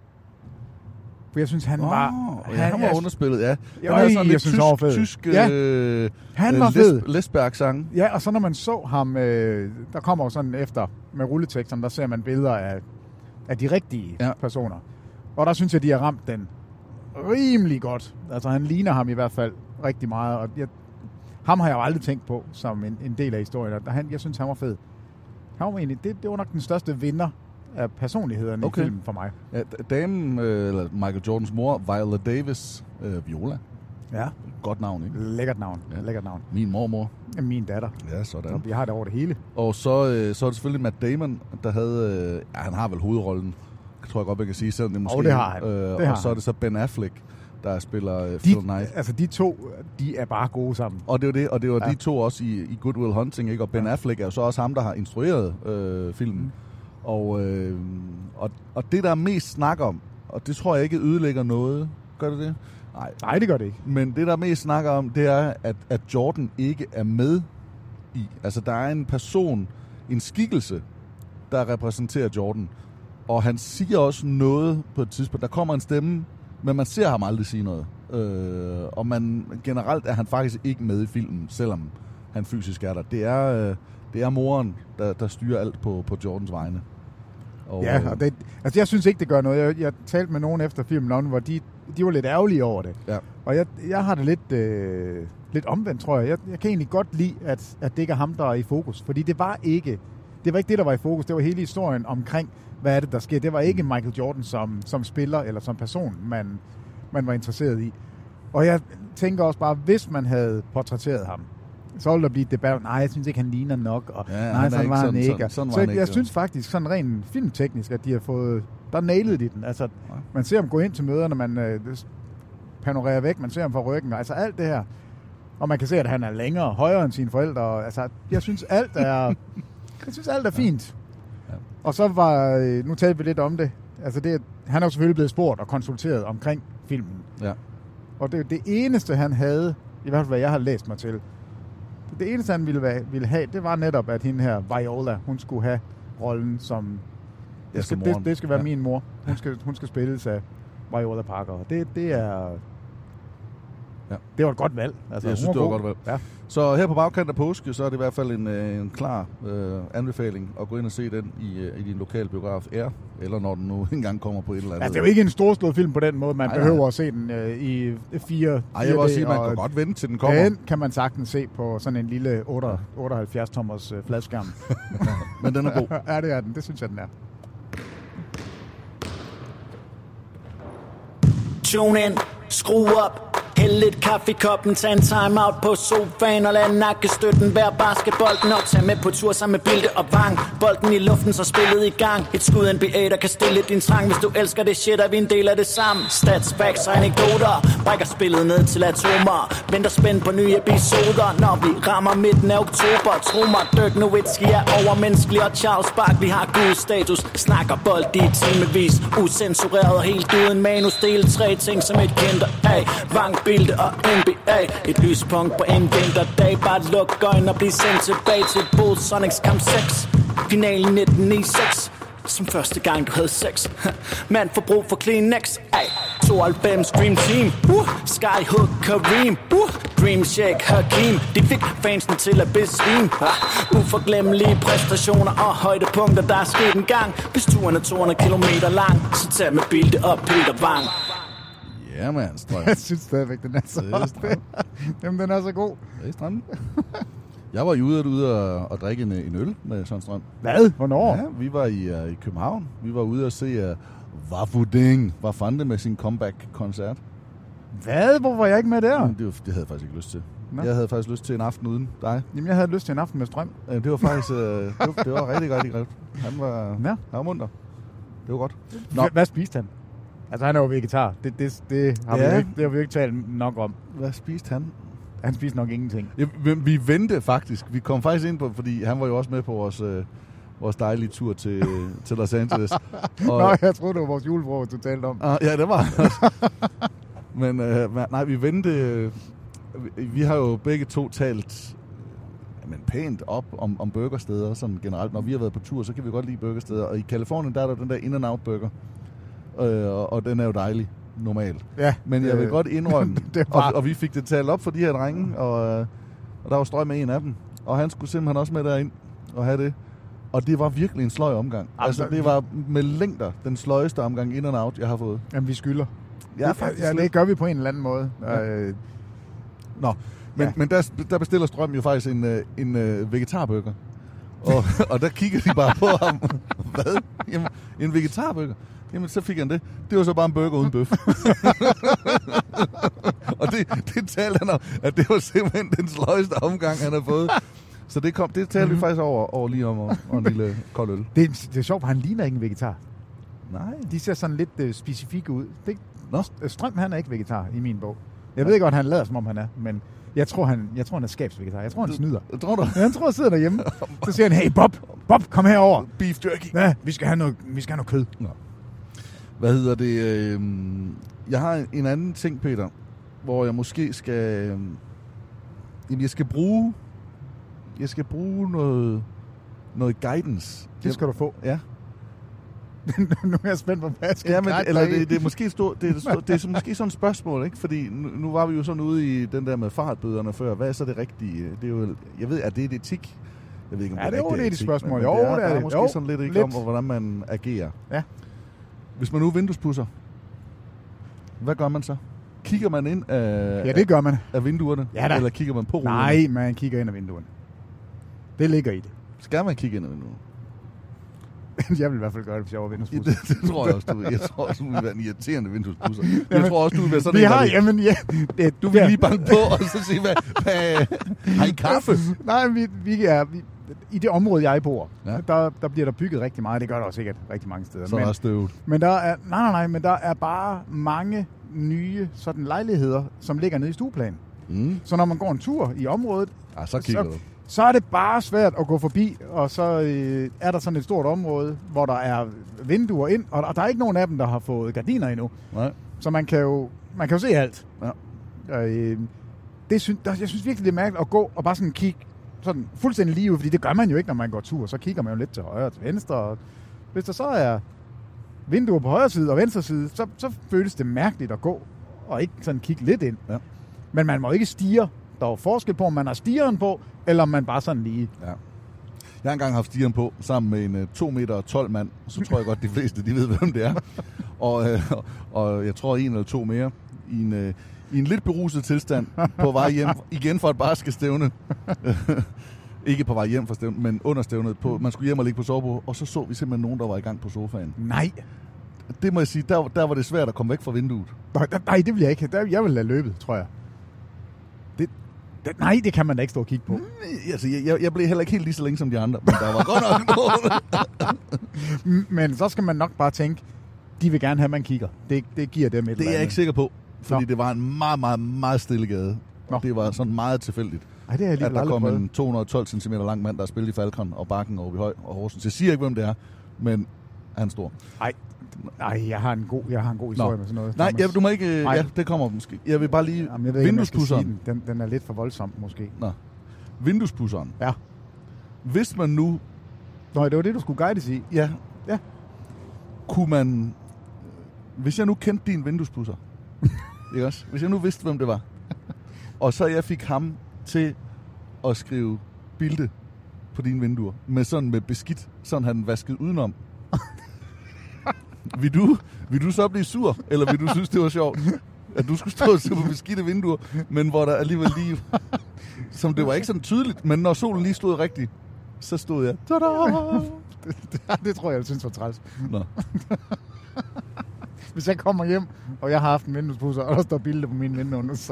For jeg synes, han oh, var... Han, ja, han var underspillet, ja. Jeg, han sådan jeg synes, han var fed. Tysk ja. øh, han var fed. Lesberg-sang. Ja, og så når man så ham... Øh, der kommer jo sådan efter med rulleteksterne, der ser man billeder af, af de rigtige ja. personer. Og der synes jeg, de har ramt den rimelig godt. Altså, han ligner ham i hvert fald rigtig meget. Og jeg, ham har jeg jo aldrig tænkt på som en, en del af historien. Og han, jeg synes, han var fed. Han var egentlig, det, det var nok den største vinder af personlighederne okay. i filmen for mig. Ja, damen, øh, eller Michael Jordans mor, Viola Davis, øh, Viola. Ja. Godt navn, ikke? Lækkert navn. Ja. Lækkert navn. Min mormor. Min datter. Ja, sådan. Så vi har det over det hele. Og så, øh, så er det selvfølgelig Matt Damon, der havde... Øh, ja, han har vel hovedrollen. Det tror jeg godt, man kan sige, selvom det måske... Og det har han. Øh, det har og så han. er det så Ben Affleck, der spiller øh, de, Phil Knight. Altså, de to, de er bare gode sammen. Og det var det, og det var ja. de to også i, i Good Will Hunting, ikke? Og Ben ja. Affleck er jo så også ham, der har instrueret øh, filmen. Mm. Og, øh, og, og det, der er mest snak om, og det tror jeg ikke ødelægger noget. Gør det det? Nej, Nej det gør det ikke. Men det, der er mest snak om, det er, at, at Jordan ikke er med i. Altså, der er en person, en skikkelse, der repræsenterer Jordan. Og han siger også noget på et tidspunkt. Der kommer en stemme, men man ser ham aldrig sige noget. Øh, og man, generelt er han faktisk ikke med i filmen, selvom han fysisk er der. Det er, øh, det er moren, der, der styrer alt på, på Jordans vegne. Og, ja, og det, altså jeg synes ikke, det gør noget. Jeg, jeg talte med nogen efter filmen om, hvor de, de var lidt ærgerlige over det. Ja. Og jeg, jeg har det lidt, øh, lidt omvendt, tror jeg. jeg. Jeg kan egentlig godt lide, at, at det ikke er ham, der er i fokus. Fordi det var ikke det, var ikke det der var i fokus. Det var hele historien omkring, hvad er det, der sker. Det var ikke Michael Jordan som, som spiller eller som person, man, man var interesseret i. Og jeg tænker også bare, hvis man havde portrætteret ham, så ville der blive et debat. Nej, jeg synes ikke, han ligner nok. Og ja, nej, sådan var han ikke. Sådan, sådan så jeg, jeg, jeg synes faktisk, sådan rent filmteknisk, at de har fået... Der nailede de den. Altså, ja. Man ser ham gå ind til møderne, man øh, panorerer væk, man ser ham fra ryggen. Altså alt det her. Og man kan se, at han er længere højere end sine forældre. Og, altså, jeg synes, alt er... jeg synes, alt er fint. Ja. Ja. Og så var... Nu talte vi lidt om det. Altså, det, han er jo selvfølgelig blevet spurgt og konsulteret omkring filmen. Ja. Og det, det eneste, han havde, i hvert fald hvad jeg har læst mig til, det eneste, han ville, ville have, det var netop, at hende her, Viola, hun skulle have rollen som... Det skal, det, det skal være ja. min mor. Hun skal, hun skal spilles af Viola Parker. Det, det er... Ja. Det var et godt valg. Altså, jeg synes, det var et godt valg. Ja. Så her på bagkant af påske, så er det i hvert fald en, en klar øh, anbefaling at gå ind og se den i, i din lokale biograf Air, eller når den nu engang kommer på et eller andet. Altså, det er jo ikke en storslået film på den måde. Man Ej, behøver ja. at se den øh, i fire... Ej, jeg vil også sige, at man kan godt vente til den kommer. Den kan man sagtens se på sådan en lille otteoghalvfjerds tommers øh, fladskærm. Men den er god. Ja, det er den. Det synes jeg, den er. Tune in, skru op, hæld lidt kaffe i koppen, tag en time-out på sofaen og lad nakkestøtten være basketbolden op. Tag med på tur sammen med Bilde og Vang, bolden i luften, så spillet i gang. Et skud N B A, der kan stille din trang. Hvis du elsker det shit, er vi en del af det samme. Stats, facts og anekdoter, brækker spillet ned til atomer. Venter spændt på nye episoder, når vi rammer midten af oktober. Tro mig, Dirk Nowitzki er overmenneskelig, og Charles Barkley har god status. Snakker bold i timevis, usensureret og helt uden manus. Del tre ting som et kinder af Vang, Bilde og N B A. Et lyspunkt på en vinterdag. Bare luk øjnene og bliv sendt tilbage til Bulls Sonics kamp seks. Finalen nitten nioghalvfems. Som første gang du havde sex. Man får brug for Kleenex. Ay. tooghalvfems Dream Team. uh. Skyhook Kareem. uh. Dream Shake Hakeem. De fik fansen til at besvime. uh. Uforglemmelige præstationer og højdepunkter, der er sket en gang. Hvis turen er to hundrede kilometer lang, så tag med Bilde og Peter Vang. Ja, man, Strøm. Jeg synes stadigvæk, den er så det. Jamen, den er så god. Det er Strøm. Jeg var jo ude, ude og, og drikke en, en øl med Søren Strøm. Hvad? Hvornår? Ja, vi var i, uh, i København. Vi var ude og se uh, Vafuding. Hvad fandt det med sin comeback-koncert? Hvad? Hvorfor var jeg ikke med der? Jamen, det, var, det havde jeg faktisk ikke lyst til. Nå. Jeg havde faktisk lyst til en aften uden dig. Jamen, jeg havde lyst til en aften med strøm. Ja, det var faktisk øh, det, var, det var rigtig, rigtig godt. Han var, ja. han var munter. Det var godt. Nå. Hvad spiste han? Altså, han er jo vegetar. Det, det, det, har, ja. vi ikke, det har vi jo ikke talt nok om. Hvad spiste han? Han spiste nok ingenting. Ja, vi, vi vendte faktisk. Vi kom faktisk ind på, fordi han var jo også med på vores, øh, vores dejlige tur til, til Los Angeles. Og, Nå, jeg troede, det var vores julefrokost, du talte om. Uh, ja, det var Men øh, nej, vi vendte... Øh, vi, vi har jo begge to talt men pænt op om, om burgersteder, sådan generelt. Når vi har været på tur, så kan vi godt lide burgersteder. Og i Californien, der er der den der In-N-Out burger. Øh, og, og den er jo dejlig, normalt. Ja, men jeg vil øh, godt indrømme, det var... og, og vi fik det talt op for de her drenge, og, og der var strøg med en af dem. Og han skulle simpelthen også med derind og have det. Og det var virkelig en sløj omgang. Altså, altså det var med længder den sløjeste omgang In-N-Out, jeg har fået. Jamen, vi skylder. Ja, faktisk. Ja, det gør vi på en eller anden måde. Ja. Øh, Nå, men, ja. men der, der bestiller Strøm jo faktisk en, en, en uh, vegetarburger. Og, og der kigger de bare på ham. Hvad? Jamen, en vegetarburger? Jamen, så fik han det. Det var så bare en burger uden bøf. Og det, det talte han om, at det var simpelthen den sløjeste omgang, han har fået. Så det, kom, det talte vi faktisk over, over lige om og, og en lille kold øl. Det er, det er sjovt, for han ligner ikke en vegetar. Nej. De ser sådan lidt uh, specifikke ud. Det, Nå? Strøm, han er ikke vegetar i min bog. Jeg ved godt, han lader, som om han er, men jeg tror, han, jeg tror, han er skabsvegetar. Jeg tror, han snyder. Jeg tror du? Ja, han tror, han sidder derhjemme. Så siger han, hey Bob, Bob, kom herover. Beef jerky. Ja, vi skal have noget, vi skal have noget kød. Nå. Hvad hedder det? Øh, jeg har en anden ting, Peter, hvor jeg måske skal... Øh, jamen, jeg skal bruge... Jeg skal bruge noget, noget guidance. Det skal du få. Ja. Nu er jeg spændt på, hvad jeg skal ja, men, eller det, det er måske stort, det, er, det er måske sådan et spørgsmål, ikke? Fordi nu, nu var vi jo sådan ude i den der med fartbøderne før. Hvad er så det rigtige? Det er jo, jeg ved, at det er et etik. Jeg ved ikke, om ja, det er det er rigtigt et spørgsmål. Jo, det er, det er, det er måske jo, sådan lidt, ikke, lidt. om, hvordan man agerer. Ja. Hvis man nu vinduespudser, hvad gør man så? Kigger man ind af, ja, det gør man. af vinduerne? Ja, da. Eller kigger man på ruderne? Nej, man kigger ind af vinduerne. Det ligger i det. Skal man kigge ind af vinduerne? Jeg vil i hvert fald gøre det, hvis jeg var vinduespudser. Ja, det, det tror jeg også, du vil. Jeg tror også, du vil være en irriterende vinduespudser. Jeg jamen, tror også, du vil være sådan vi en, har, der jamen, ja, det, du vil ja. lige banke på og så sige, hvad, hvad har I kaffe? Nej, vi, vi er... Vi, i det område, jeg bor, ja. der, der bliver der bygget rigtig meget. Det gør der også sikkert rigtig mange steder. Så er der støvet. Men der er, nej, nej, nej, men der er bare mange nye sådan lejligheder, som ligger nede i stueplan. Mm. Så når man går en tur i området, ja, så, kigger så, du. så er det bare svært at gå forbi, og så øh, er der sådan et stort område, hvor der er vinduer ind, og der, der er ikke nogen af dem, der har fået gardiner endnu. Nej. Så man kan jo, man kan jo se alt. Ja. Øh, det synes, der, jeg synes virkelig, det er mærkeligt at gå og bare sådan kigge sådan fuldstændig lige ud, fordi det gør man jo ikke, når man går tur. Så kigger man jo lidt til højre og til venstre. Og hvis der så er vinduer på højre side og venstre side, så, så føles det mærkeligt at gå og ikke sådan kigge lidt ind. Ja. Men man må ikke stirre. Der er forskel på, om man har stirren på, eller om man bare sådan lige... Ja. Jeg har engang haft stirren på sammen med en to meter tolv mand. Så tror jeg godt, de fleste de ved, hvem det er. og, øh, og jeg tror en eller to mere i en... Øh, i en lidt beruset tilstand på vej hjem, igen for et basketstævne. Ikke på vej hjem fra stævnet, men under stævnet. På, man skulle hjem og ligge på sovebordet, og så så vi simpelthen nogen, der var i gang på sofaen. Nej. Det må jeg sige, der, der var det svært at komme væk fra vinduet. Nej, nej det vil jeg ikke. Der, jeg vil lade løbet, tror jeg. Det, det, nej, det kan man da ikke stå og kigge på. Altså, jeg, jeg blev heller ikke helt lige så længe som de andre, men der var godt nok noget. Men så skal man nok bare tænke, de vil gerne have, at man kigger. Det, det giver dem et Det er jeg ikke sikker på. Fordi Nå. det var en meget, meget, meget stille gade. Nå. Det var sådan meget tilfældigt. Ej, det er at der kom prøvet. En to hundrede og tolv centimeter lang mand, der spillede i Falcon og Bakken over i Høj og Horsens. Jeg siger ikke, hvem det er, men han er stor. Nej, nej, jeg har en god, jeg har en god historie Nå. Med sådan noget. Nej, ja, du må ikke... Nej. Ja, det kommer måske. Jeg vil bare lige... Vinduespudseren. Den. Den, den er lidt for voldsom, måske. Nå. Vinduespudseren. Ja. Hvis man nu... Nå, det var det, du skulle guides i. Ja. Ja. Kunne man... Hvis jeg nu kendte din vinduespudser... Ikke også? Hvis jeg nu vidste, hvem det var. Og så jeg fik ham til at skrive bilde på dine vinduer. Med sådan med beskidt. Sådan han vasket udenom. vil, du, vil du så blive sur? Eller vil du synes, det var sjovt? At du skulle stå og se på beskidte vinduer. Men hvor der alligevel lige... Som det var ikke sådan tydeligt. Men når solen lige stod rigtigt, så stod jeg... Tada! det, det, det tror jeg, jeg synes var træls. Nå. hvis jeg kommer hjem, og jeg har haft en vinduespusser, og der står billeder på mine vinduer, så...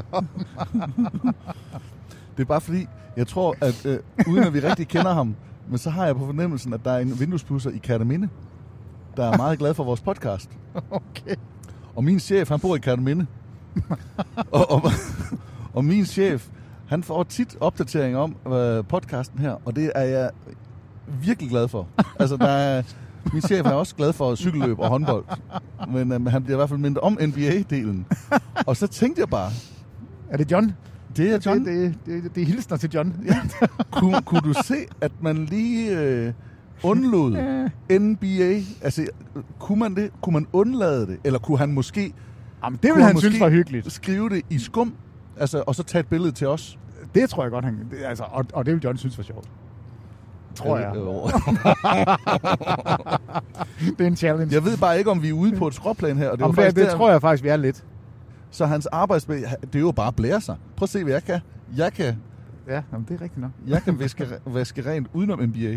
Det er bare fordi, jeg tror, at øh, uden at vi rigtig kender ham, men så har jeg på fornemmelsen, at der er en vinduespusser i Kerteminde, der er meget glad for vores podcast. Okay. Og min chef, han bor i Kerteminde. og, og, og min chef, han får tit opdateringer om øh, podcasten her, og det er jeg virkelig glad for. Altså, der er, min chef er også glad for cykelløb og håndbold, men øh, han bliver i hvert fald mindre om N B A-delen. Og så tænkte jeg bare... Er det John? Det er John. Det, det, det, det er hilsner til John. Ja. Kunne, kunne du se, at man lige øh, undlod N B A? Altså, kunne man det? Kunne man undlade det? Eller kunne han måske... Jamen, det ville han synes var hyggeligt. Skrive det i skum, altså, og så tage et billede til os? Det tror jeg godt, han... Det, altså, og, og det ville John synes var sjovt. Tror jeg. Det er en challenge. Jeg ved bare ikke, om vi er ude på et skråplan her. Og det, Jamen, faktisk det, det der, tror jeg faktisk, vi er lidt. Så hans arbejdsbæg, det er jo bare at blære sig. Prøv at se, hvad jeg kan. Jeg kan... Ja, jamen, det er rigtigt nok. Jeg kan vaske, vaske rent udenom N B A.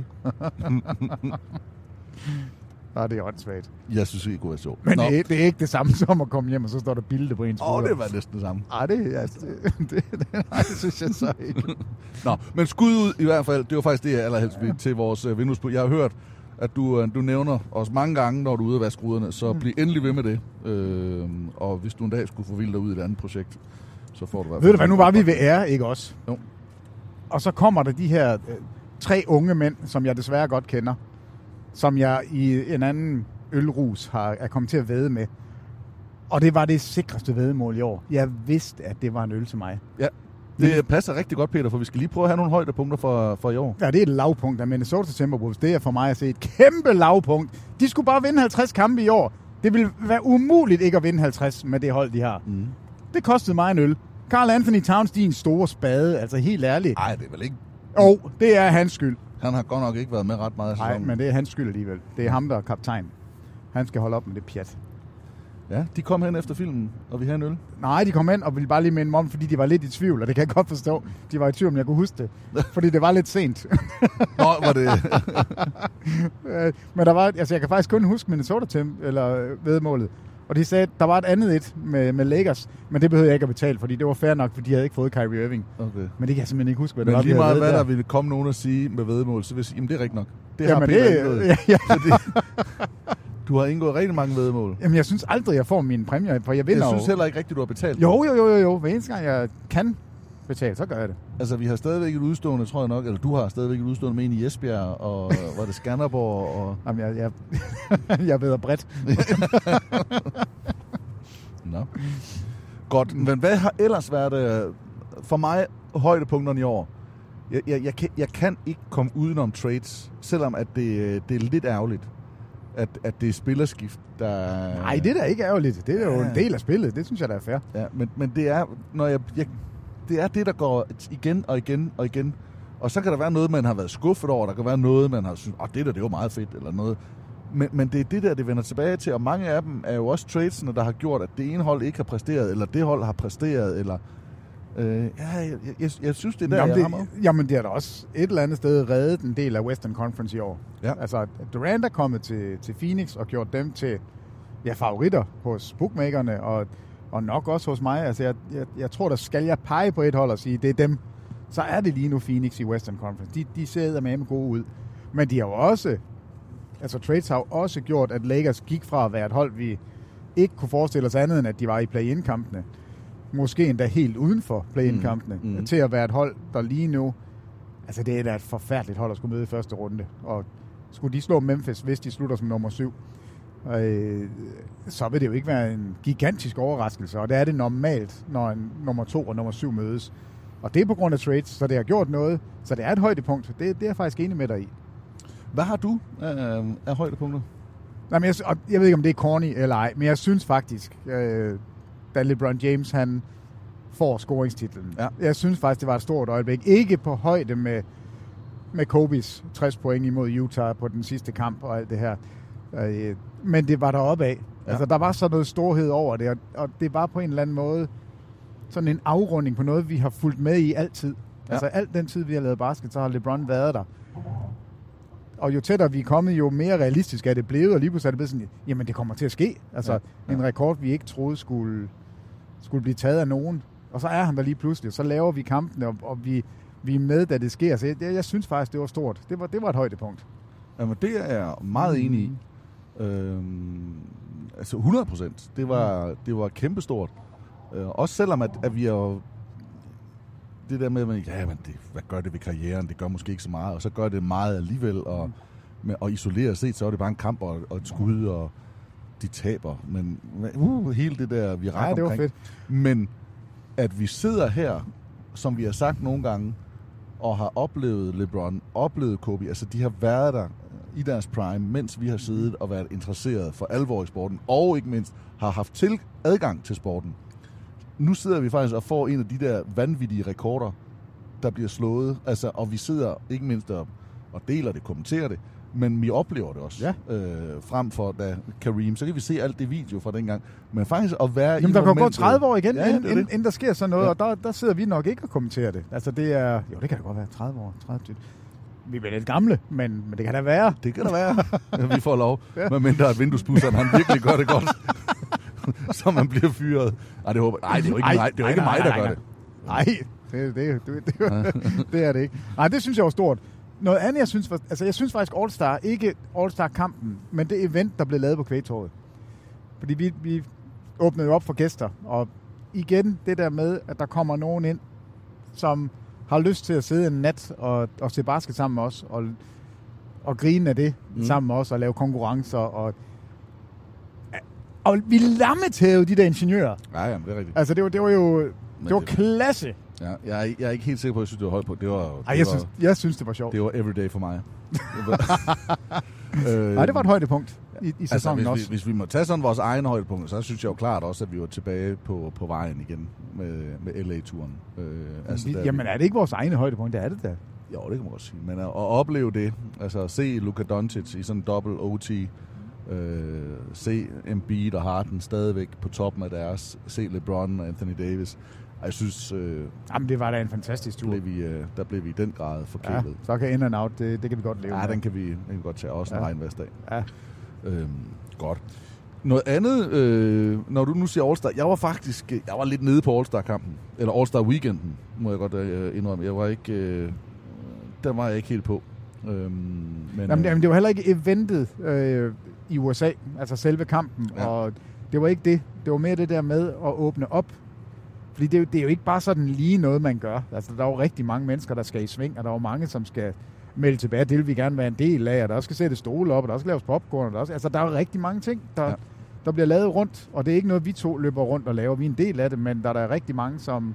Nej, det er åndssvagt. Jeg synes ikke, det er sjovt. Men det er, det er ikke det samme som at komme hjem, og så står der billede på ens Åh, oh, det var næsten det samme. Ej, det, altså, det, det, det, nej, det synes jeg så ikke. Nå, men skud ud i hvert fald. Det var faktisk det, jeg allerhelst vil til vores uh, vinduespil. Jeg har hørt, at du, uh, du nævner os mange gange, når du er ude at vaske ruderne, så mm. bliv endelig ved med det. Øh, og hvis du en dag skulle få vildt dig ud i et andet projekt, så får du... Ved du hvad, nu var vi ved ære, ikke også? Jo. Og så kommer der de her øh, tre unge mænd, som jeg desværre godt kender, som jeg i en anden ølrus har, er kommet til at vædde med. Og det var det sikreste væddemål i år. Jeg vidste, at det var en øl til mig. Ja, det passer rigtig godt, Peter, for vi skal lige prøve at have nogle højdepunkter for, for i år. Ja, det er et lavpunkt af Minnesota Timberwolves. Det er for mig at se et kæmpe lavpunkt. De skulle bare vinde halvtreds kampe i år. Det ville være umuligt ikke at vinde halvtreds med det hold, de har. Mm. Det kostede mig en øl. Karl Anthony Towns, din store spade, altså helt ærligt. Nej, det er vel ikke... Åh, oh, det er hans skyld. Han har godt nok ikke været med ret meget. Nej, men det er hans skyld alligevel. Det er ham, der er kaptajn. Han skal holde op med det pjat. Ja, de kom hen efter filmen, og vi havde en øl. Nej, de kom hen og ville bare lige minde mig om, fordi de var lidt i tvivl, og det kan jeg godt forstå. De var i tvivl, om jeg kunne huske det. Fordi det var lidt sent. Nå, var det... Men der var... Altså, jeg kan faktisk kun huske Minnesota-tim, eller vedmålet. Og de sagde, at der var et andet et med, med Lakers, men det behøvede jeg ikke at betale, fordi det var fair nok, fordi de havde ikke fået Kyrie Irving. Okay. Men det kan jeg simpelthen ikke huske, hvad men det var. Men lige meget hvad der ville komme nogen at sige med vedmål, så vil jeg sige, jamen det er rigtigt nok. Det har jamen Peter det, indgået. ja, ja. Fordi, du har indgået rigtig mange vedmål. Jamen jeg synes aldrig, jeg får mine præmier, for jeg vinder. Jeg synes heller ikke rigtigt, du har betalt. Jo, jo, jo, jo, jo. Hver eneste gang jeg kan betale, så gør jeg det. Altså vi har stadigvæk et udstående, tror jeg nok, eller du har stadigvæk et udstående med en i Esbjerg, og var det Skanderborg? Og... Jamen jeg, jeg, jeg ved bredt. Nå. Godt, men hvad har ellers været for mig højdepunkterne i år? Jeg, jeg, jeg, kan, jeg kan ikke komme udenom trades, selvom at det, det er lidt ærgerligt, at, at det er spillerskift, der... Nej, det er da ikke ærgerligt. Det er jo ja. en del af spillet. Det synes jeg, der er fair. Ja, men, men det er, når jeg, jeg, det er det, der går igen og igen og igen. Og så kan der være noget, man har været skuffet over. Der kan være noget, man har syntes, åh, det der, det var meget fedt, eller noget. Men, men det er det der, det vender tilbage til, og mange af dem er jo også tradesene, der har gjort, at det ene hold ikke har præsteret, eller det hold har præsteret, eller... Øh, ja, jeg, jeg, jeg synes, det er der, jamen, jeg det, rammer. Jamen, det er da også et eller andet sted reddet en del af Western Conference i år. Ja. Altså, Durant er kommet til, til Phoenix og gjort dem til ja, favoritter hos bookmakerne, og, og nok også hos mig. Altså, jeg, jeg, jeg tror, der skal jeg pege på et hold og sige, det er dem. Så er det lige nu Phoenix i Western Conference. De, de ser med gode ud. Men de har jo også... Altså, trades har jo også gjort, at Lakers gik fra at være et hold, vi ikke kunne forestille os andet, end at de var i play-in-kampene. Måske endda helt uden for play-in-kampene. Mm. Mm. Til at være et hold, der lige nu... Altså, det er da et forfærdeligt hold at skulle møde i første runde. Og skulle de slå Memphis, hvis de slutter som nummer syv, øh, så vil det jo ikke være en gigantisk overraskelse. Og det er det normalt, når en nummer to og nummer syv mødes. Og det er på grund af trades, så det har gjort noget. Så det er et højdepunkt. Det, det er jeg faktisk enig med dig i. Hvad har du af, af højdepunkter? Nej, men jeg, jeg ved ikke, om det er corny eller ej, men jeg synes faktisk, øh, da LeBron James han får scoringstitlen, ja. jeg synes faktisk, det var et stort øjeblik. Ikke på højde med, med Kobes tres point imod Utah på den sidste kamp og alt det her. Øh, men det var deroppe af. Ja. Altså, der var sådan noget storhed over det, og, og det var på en eller anden måde sådan en afrunding på noget, vi har fulgt med i altid. Ja. Altså, alt den tid, vi har lavet basket, så har LeBron været der. Og jo tættere vi er kommet, jo mere realistisk er det blevet, og lige pludselig er det blevet sådan, jamen det kommer til at ske. Altså ja, ja. En rekord, vi ikke troede skulle, skulle blive taget af nogen. Og så er han der lige pludselig, og så laver vi kampene, og, og vi, vi er med, da det sker. Så jeg, jeg synes faktisk, det var stort. Det var, det var et højdepunkt. Jamen det er jeg meget enig i. Mm. Øhm, altså hundrede procent. Det var, det var kæmpestort. Øh, også selvom, at, at vi er det der med, at man, ja, men det, hvad gør det ved karrieren? Det gør måske ikke så meget, og så gør det meget alligevel, og, med, og isoleret set, så er det bare en kamp og, og et skud, og de taber. Men uh, hele det der, vi rækker ja, det var omkring. Fedt. Men at vi sidder her, som vi har sagt nogle gange, og har oplevet LeBron, oplevet Kobe, altså de har været der i deres prime, mens vi har siddet og været interesseret for alvor i sporten, og ikke mindst har haft til adgang til sporten. Nu sidder vi faktisk og får en af de der vanvittige rekorder, der bliver slået, altså, og vi sidder ikke mindst og, og deler det, kommenterer det, men vi oplever det også. Ja. Øh, frem for da Kareem, så kan vi se alt det video fra dengang, men faktisk at være Jamen, i der momentet. kan gå tredive år igen, ja, inden, inden, inden der sker sådan noget, ja. Og der, der sidder vi nok ikke og kommenterer det. Altså det er, jo det kan da godt være tredive år, tredive Vi bliver lidt gamle, men, men det kan da være. Det kan da være. Ja, vi får lov. Ja. Men mindre at vinduespudseren, han virkelig gør det godt. Så man bliver fyret. Ej, det, håber, nej, det er jo ikke, ej, mig, det er jo ikke nej, mig, der nej, gør det. Nej, det, det, det, det, det er det ikke. Nej, det synes jeg var stort. Noget andet, jeg synes, altså jeg synes faktisk All-Star, ikke All-Star-kampen, men det event, der blev lavet på Kvægtorvet. Fordi vi, vi åbnede jo op for gæster, og igen det der med, at der kommer nogen ind, som har lyst til at sidde en nat og, og se basket sammen med os, og, og grine af det mm. sammen med os, og lave konkurrencer, og, og vi lammetævede de der ingeniører. Ja, jamen, det er rigtigt. Altså, det var, det var jo det var det, klasse. Ja, jeg, er, jeg er ikke helt sikker på, at jeg synes, det var højt på. Det var, det Ej, jeg, var, synes, jeg synes, det var sjovt. Det var everyday for mig. øh, Nej, det var et højdepunkt i, i sæsonen altså, hvis også. Vi, hvis vi må tage sådan vores egne højdepunkter, så synes jeg jo klart også, at vi var tilbage på, på vejen igen med, med L A-turen. Øh, altså, vi, jamen, er det ikke vores egne højdepunkt? Det er det da. Jo, det kan man godt sige. Men at, at opleve det, altså at se Luka Doncic i sådan en dobbelt O T, øh, se Embiid og Harden stadigvæk på toppen af deres, se LeBron og Anthony Davis. Jeg synes, øh, jamen, det var da en fantastisk tur. Blev vi, øh, der blev vi i den grad forkælet. Ja, så kan in and out, det, det kan vi godt leve ja, med. den kan vi, den kan vi godt tage også en ja. regnværsdag. Ja. Øhm, godt. Noget andet, øh, når du nu siger All-Star, jeg var faktisk, jeg var lidt nede på All-Star-kampen, eller All-Star-weekenden, må jeg godt øh, indrømme. Jeg var ikke, øh, der var jeg ikke helt på. Øhm, men, jamen, jamen, det var heller ikke eventet øh, i U S A, altså selve kampen, ja. Og det var ikke det. Det var mere det der med at åbne op. Fordi det er, jo, det er jo ikke bare sådan lige noget, man gør. Altså, der er jo rigtig mange mennesker, der skal i sving, og der er jo mange, som skal melde tilbage. Det vil vi gerne være en del af, og der også skal sætte stole op, og der også skal laves popcorn. Og der også, altså, der er jo rigtig mange ting, der, ja. der bliver lavet rundt, og det er ikke noget, vi to løber rundt og laver. Vi er en del af det, men der er der rigtig mange, som,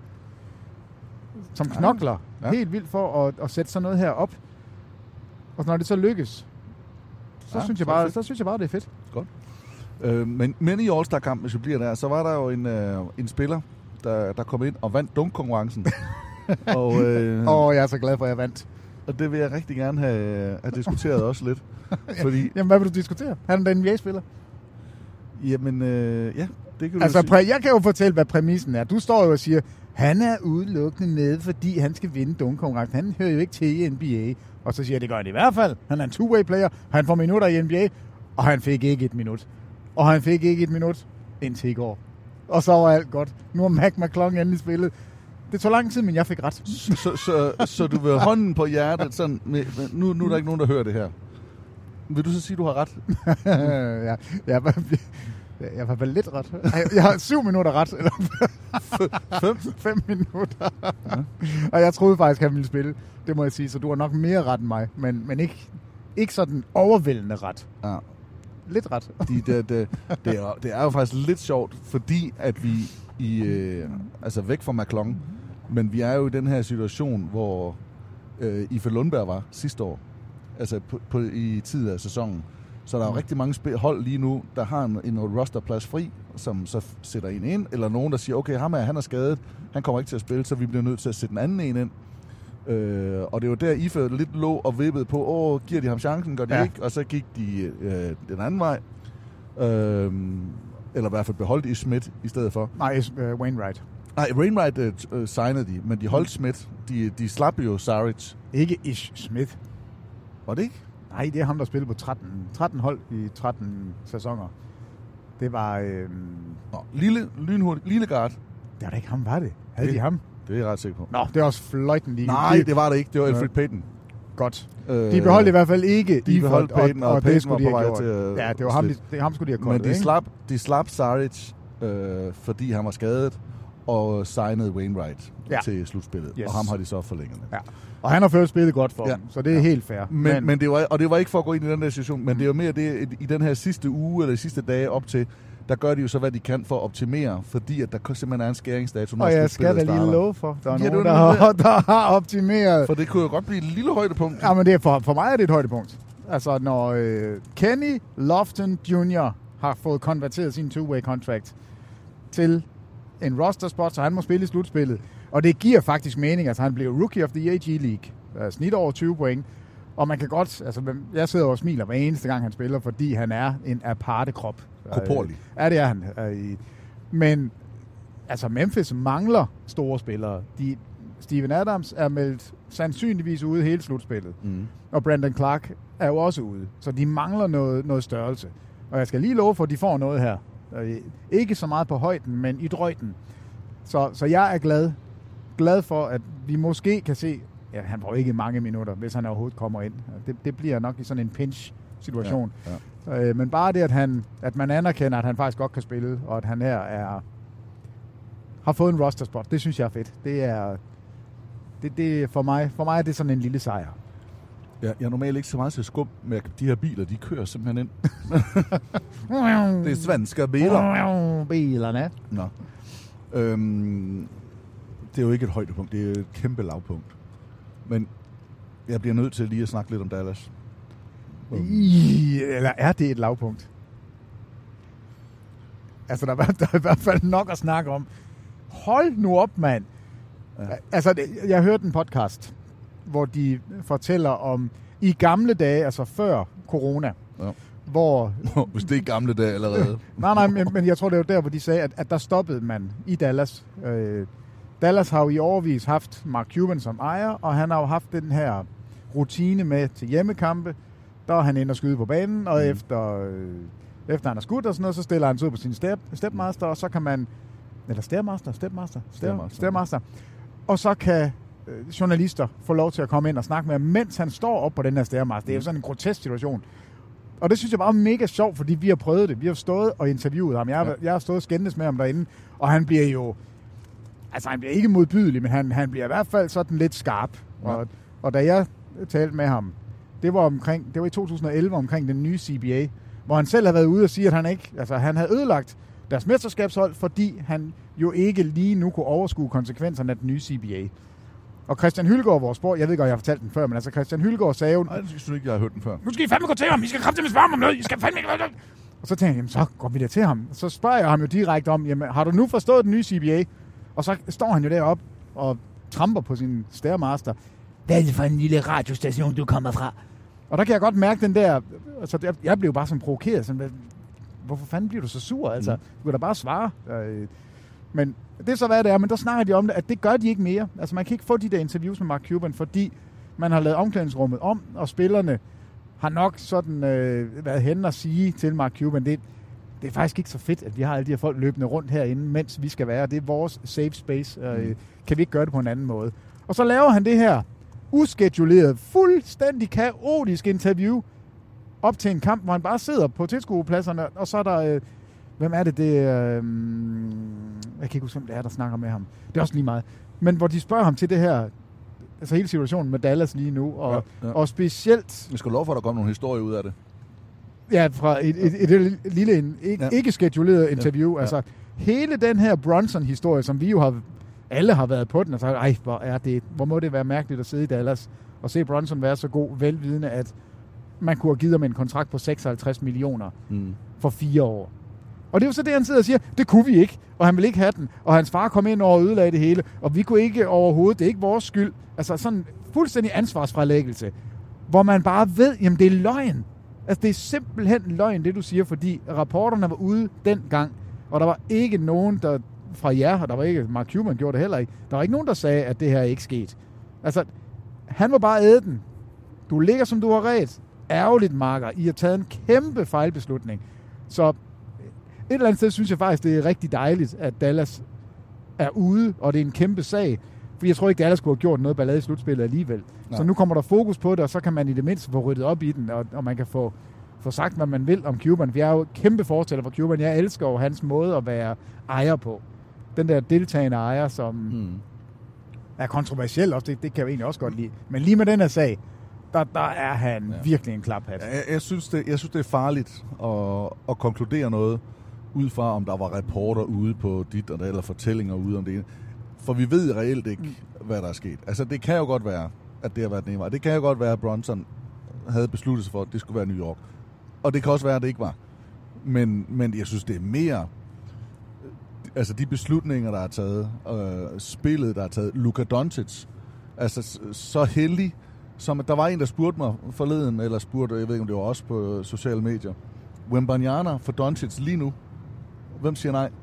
som knokler ja. Ja. helt vildt for at, at sætte sådan noget her op. Og når det så lykkes, så, ja, synes, jeg bare, så synes jeg bare, det er fedt. Godt. Øh, men, men i All-Star-kampen, hvis vi bliver der, så var der jo en, øh, en spiller, Der, der kom ind og vandt dunk-konkurrencen. og øh, oh, jeg er så glad for, at jeg vandt. Og det vil jeg rigtig gerne have, have diskuteret også lidt. Fordi, jamen, hvad vil du diskutere? Han er en N B A-spiller. Jamen, øh, ja, det kan du altså, sige. Jeg kan jo fortælle, hvad præmissen er. Du står jo og siger, han er udelukkende med, fordi han skal vinde dunk-konkurrencen. Han hører jo ikke til i N B A. Og så siger jeg, det gør han i hvert fald. Han er en two-way-player. Han får minutter i N B A. Og han fik ikke et minut. Og han fik ikke et minut indtil i går. Og så var alt godt. Nu har Mac McClung endelig spillet. Det tog lang tid, men jeg fik ret. Så, så, så, så du vil hånden på hjertet, sådan, med, nu, nu er der ikke nogen, der hører det her. Vil du så sige, du har ret? ja, jeg var, jeg var vel lidt ret. Jeg har syv minutter ret. Eller fem? Fem minutter. Ja. Og jeg troede faktisk, han ville spille. Det må jeg sige, så du har nok mere ret end mig. Men, men ikke, ikke sådan overvældende ret. Ja. Lidt ret. De, det, det, det, er, det er jo faktisk lidt sjovt, fordi at vi i, øh, altså væk fra McClung, men vi er jo i den her situation, hvor øh, Ife Lundberg var sidste år, altså på, på, i tid af sæsonen. Så der er jo rigtig mange spil, hold lige nu, der har en, en rosterplads fri, som så sætter en ind, eller nogen, der siger, okay, ham er, han er skadet, han kommer ikke til at spille, så vi bliver nødt til at sætte en anden en ind. Øh, og det var der, Ife lidt lå og vippede på, åh, giver de ham chancen, gør de ja. ikke, og så gik de øh, den anden vej. Øh, eller i hvert fald beholdt i Smith i stedet for. Nej, uh, Wainwright. Nej, Wainwright uh, signede de, men de holdt Smith. De, de slap jo Saric. Ikke Ish Smith. Var det ikke? Nej, det er ham, der spillede på tretten, tretten hold i tretten sæsoner. Det var... Øh... Nå, lille, lynhurtigt, Lillegaard. Det var da ikke ham, var det? Havde det, de ham? Det er jeg ret sikker på. Nå, det er også fløjten lige. Nej, det var det ikke. Det var Elfrid Payton. Godt. De beholdt i hvert fald ikke de beholdt Payton, og, og, og det skulle de have gjort. Til, uh, ja, det var ham, de, det, ham skulle de have kortet, Men de ikke? slap, de slap Saric, øh, fordi han var skadet, og signede Wainwright ja. til slutspillet. Yes. Og ham har de så forlænget med. Ja. Og han har først spillet godt for ja. dem, så det er ja. helt fair. Men, men, men det var, og det var ikke for at gå ind i den der situation, men mm. det er jo mere det, i den her sidste uge, eller de sidste dage op til, der gør de jo så, hvad de kan for at optimere, fordi at der simpelthen er en skæringsdato, når og jeg skal da lige love for, der er ja, nogen, der har, der har optimeret. For det kunne jo godt blive et lille højdepunkt. Ja, men det er for, for mig er det et højdepunkt. Altså, når øh, Kenny Lofton junior har fået konverteret sin two-way contract til en roster spot, så han må spille i slutspillet. Og det giver faktisk mening, altså han bliver Rookie of the Year i G-League. Snit over tyve point. Og man kan godt, altså jeg sidder og smiler hver eneste gang, han spiller, fordi han er en aparte krop. Korporlig. Ja, det er han. Men altså Memphis mangler store spillere. De, Steven Adams er meldt sandsynligvis ude hele slutspillet. Mm. Og Brandon Clark er jo også ude. Så de mangler noget, noget størrelse. Og jeg skal lige love for, at de får noget her. Ikke så meget på højden, men i drøjden. Så, så jeg er glad. Glad for, at vi måske kan se... Ja, han får ikke mange minutter, hvis han overhovedet kommer ind. Det, det bliver nok i sådan en pinch-situation. Ja, ja. Øh, men bare det, at, han, at man anerkender, at han faktisk godt kan spille, og at han her er, har fået en roster-spot, det synes jeg er fedt. Det er, det, det, for, mig, for mig er det sådan en lille sejr. Ja, jeg er normalt ikke så meget til skub med de her biler, de kører simpelthen ind. Det er svenske biler. Bilerne. Nå. Øhm, det er jo ikke et højdepunkt, det er et kæmpe lavpunkt. Men jeg bliver nødt til lige at snakke lidt om Dallas. Um. I, eller er det et lavpunkt? Altså, der er, der er i hvert fald nok at snakke om. Hold nu op, mand. Ja. Altså, jeg hørte en podcast, hvor de fortæller om i gamle dage, altså før corona, ja. hvor... Hvis det er i gamle dage allerede. nej, nej, men, men jeg tror, det var der, hvor de sagde, at, at der stoppede man i Dallas. Øh, Dallas har jo i årevis haft Mark Cuban som ejer, og han har jo haft den her rutine med til hjemmekampe. Der er han inde og skyde på banen, og mm. efter, øh, efter han har skudt og sådan noget, så stiller han sig ud på sin step, stepmaster, og så kan man... Eller stepmaster, stepmaster, stepmaster. stepmaster. Og så kan øh, journalister få lov til at komme ind og snakke med ham, mens han står op på den her stepmaster. Det er jo sådan en grotesk situation. Og det synes jeg bare er mega sjovt, fordi vi har prøvet det. Vi har stået og interviewet ham. Jeg har, ja. jeg har stået og skændes med ham derinde, og han bliver jo... Altså, han bliver ikke modbydelig, men han, han bliver i hvert fald sådan lidt skarp. Ja. Og, og da jeg talte med ham, det var omkring, det var i to tusind og elleve omkring den nye C B A, hvor han selv har været ude og sige, at han ikke, altså han havde ødelagt deres mesterskabshold, fordi han jo ikke lige nu kunne overskue konsekvenserne af den nye C B A. Og Christian Hylgaard, vores sport, jeg ved godt, jeg har fortalt den før, men altså Christian Hylgaard sagde jo... Nej, det synes du ikke, jeg har hørt den før. Nu skal I fandme gå til ham, I skal kraftigt spørge ham om noget, I skal fandme ikke... Og så tænkte jeg, jamen så går vi da til ham. Så spørger jeg ham jo direkte om, jamen har du nu forstået den nye C B A? Og så står han jo deroppe og tramper på sin Stairmaster. Hvad er det for en lille radiostation, du kommer fra? Og der kan jeg godt mærke den der... Altså, jeg, jeg blev bare sådan provokeret. Sådan, hvorfor fanden bliver du så sur? Altså, mm. du kan da bare svare. Øh, men det er så, hvad det er. Men der snakker de om det, at det gør de ikke mere. Altså, man kan ikke få de der interviews med Mark Cuban, fordi man har lavet omklædningsrummet om, og spillerne har nok sådan øh, været henne og sige til Mark Cuban, det, det er faktisk ikke så fedt, at vi har alle de her folk løbende rundt herinde, mens vi skal være. Det er vores safe space. Øh, mm. Kan vi ikke gøre det på en anden måde? Og så laver han det her uskeduleret, fuldstændig kaotisk interview op til en kamp, hvor han bare sidder på tilskuerpladserne, og så er der... Øh, hvem er det, det... Øh, jeg kan ikke huske, hvem det er, der snakker med ham. Det er også lige meget. Men hvor de spørger ham til det her... Altså hele situationen med Dallas lige nu, og, ja, ja. og specielt... Jeg skal lov for, at der kommer nogle historier ud af det. Ja, fra et, et, et, et lille, en, ikke, ja. ikke skeduleret interview. Ja. Altså, ja. hele den her Brunson-historie, som vi jo har... Alle har været på den, og så ej, hvor er det... Hvor må det være mærkeligt at sidde i Dallas og se Brunson være så god, velvidende, at man kunne have givet ham en kontrakt på seksoghalvtreds millioner mm. for fire år. Og det er jo så det, han sidder og siger, det kunne vi ikke, og han vil ikke have den, og hans far kom ind over og ødelagde det hele, og vi kunne ikke overhovedet, det er ikke vores skyld. Altså sådan fuldstændig ansvarsfralæggelse, hvor man bare ved, jamen det er løgn. Altså det er simpelthen løgn, det du siger, fordi rapporterne var ude dengang, og der var ikke nogen, der fra jer, og der var ikke, Mark Cuban gjorde det heller ikke, der var ikke nogen, der sagde, at det her ikke skete. Altså, han var bare æde den. Du ligger, som du har ret. ærgerligt, Marker. I har taget en kæmpe fejlbeslutning. Så et eller andet sted synes jeg faktisk, det er rigtig dejligt, at Dallas er ude, og det er en kæmpe sag. For jeg tror ikke, Dallas skulle have gjort noget ballade i slutspillet alligevel. Nej. Så nu kommer der fokus på det, og så kan man i det mindste få ryddet op i den, og, og man kan få, få sagt, hvad man vil om Cuban. Vi er jo kæmpe fortæller for Cuban. Jeg elsker jo hans måde at være ejer på. Den der deltagende ejer, som hmm. er kontroversiel også, det, det kan jeg egentlig også godt lide. Men lige med den her sag, der, der er han ja. virkelig en klaphat. Jeg, jeg, synes det, jeg synes, det er farligt at, at konkludere noget ud fra, om der var reporter ude på dit og der, eller fortællinger ude om det ene. For vi ved reelt ikke, mm. hvad der er sket. Altså, det kan jo godt være, at det har været den ene vej. Det kan jo godt være, at Bronson havde besluttet sig for, at det skulle være New York. Og det kan også være, at det ikke var. Men, men jeg synes, det er mere... Altså, de beslutninger, der er taget, øh, spillet, der er taget, Luka Doncic, altså så heldig, som der var en, der spurgte mig forleden, eller spurgte, jeg ved ikke, om det var også på sociale medier, Wembanyama for Doncic lige nu. Hvem siger nej?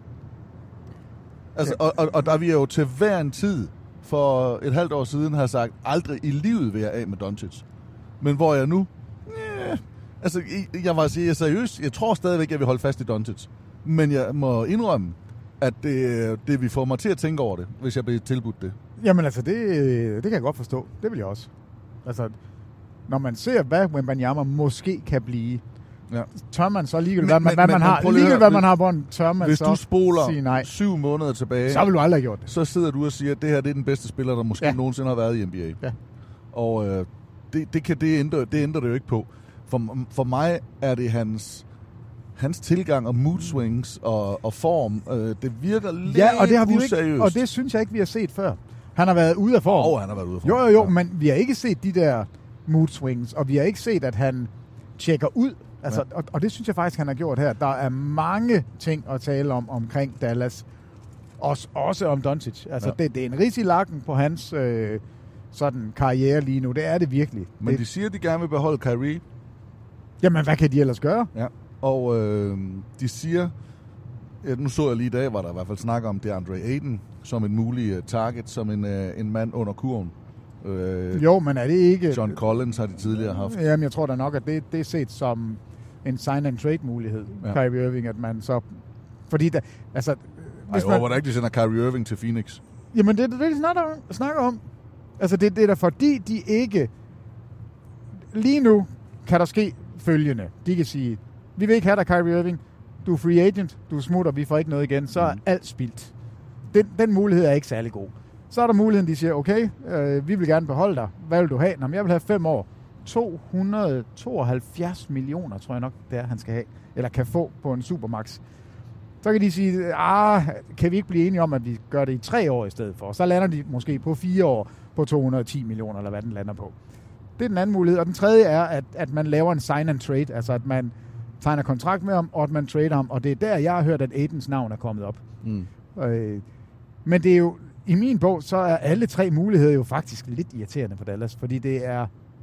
Altså, og, og, og der vi jo til hver en tid for et halvt år siden har sagt, aldrig i livet vil jeg af med Doncic. Men hvor jeg nu... Yeah, altså, jeg var sige, jeg er seriøs. Jeg tror stadigvæk, jeg vil holde fast i Doncic. Men jeg må indrømme, at det, det vil få mig til at tænke over det, hvis jeg bliver tilbudt det. Jamen altså, det, det kan jeg godt forstå. Det vil jeg også. Altså, når man ser, hvad Wembanyama måske kan blive, ja. tør man så ligegyldigt, hvad, man, hvad, man, har, ligegyldigt, hvad man har på en, tør man hvis så du spoler sige nej. syv måneder tilbage, så vil du aldrig have gjort det. Så sidder du og siger, at det her det er den bedste spiller, der måske ja. nogensinde har været i N B A. Ja. Og øh, det, det, kan, det, ændre, det ændrer det jo ikke på. For, for mig er det hans... Hans tilgang og mood swings og, og form, øh, det virker lidt ja, og det har vi useriøst. Ikke, og det synes jeg ikke, vi har set før. Han har været ude af form. Åh, oh, han har været ude af form. Jo, jo, jo, ja. Men vi har ikke set de der mood swings, og vi har ikke set, at han tjekker ud. Altså, ja. og, og det synes jeg faktisk, han har gjort her. Der er mange ting at tale om omkring Dallas. Også, også om Doncic. Altså, ja. det, det er en ris i lakken på hans øh, sådan karriere lige nu. Det er det virkelig. Men det, de siger, at de gerne vil beholde Kyrie. Jamen, hvad kan de ellers gøre? Ja. Og øh, de siger, ja, nu så jeg lige i dag, var der i hvert fald snak om DeAndre Ayton som en mulig uh, target, som en, uh, en mand under kurven. Øh, jo, men er det ikke... John Collins har de tidligere haft. Jamen, jeg tror da nok, at det, det er set som en sign-and-trade-mulighed, ja. Kyrie Irving, at man så... Fordi der, altså... Ej, jeg håber da ikke, de sender Kyrie Irving til Phoenix. Jamen, det er det, de snakker om. Snakker om. Altså, det, det er da fordi, de ikke... Lige nu kan der ske følgende. De kan sige... Vi vil ikke have dig, Kyrie Irving. Du er free agent. Du smutter. Vi får ikke noget igen. Så er mm. alt spildt. Den, den mulighed er ikke særlig god. Så er der muligheden, de siger, okay, øh, vi vil gerne beholde dig. Hvad vil du have? Nå, men jeg vil have fem år. to hundrede tooghalvfjerds millioner, tror jeg nok, det er, han skal have. Eller kan få på en Supermax. Så kan de sige, ah, kan vi ikke blive enige om, at vi gør det i tre år i stedet for? Så lander de måske på fire år på to hundrede og ti millioner, eller hvad den lander på. Det er den anden mulighed. Og den tredje er, at, at man laver en sign and trade. Altså, at man tegner kontrakt med ham, og at man trader ham. Og det er der, jeg har hørt, at Aidens navn er kommet op. Mm. Øh, men det er jo, i min bog, så er alle tre muligheder jo faktisk lidt irriterende for Dallas. Fordi det er,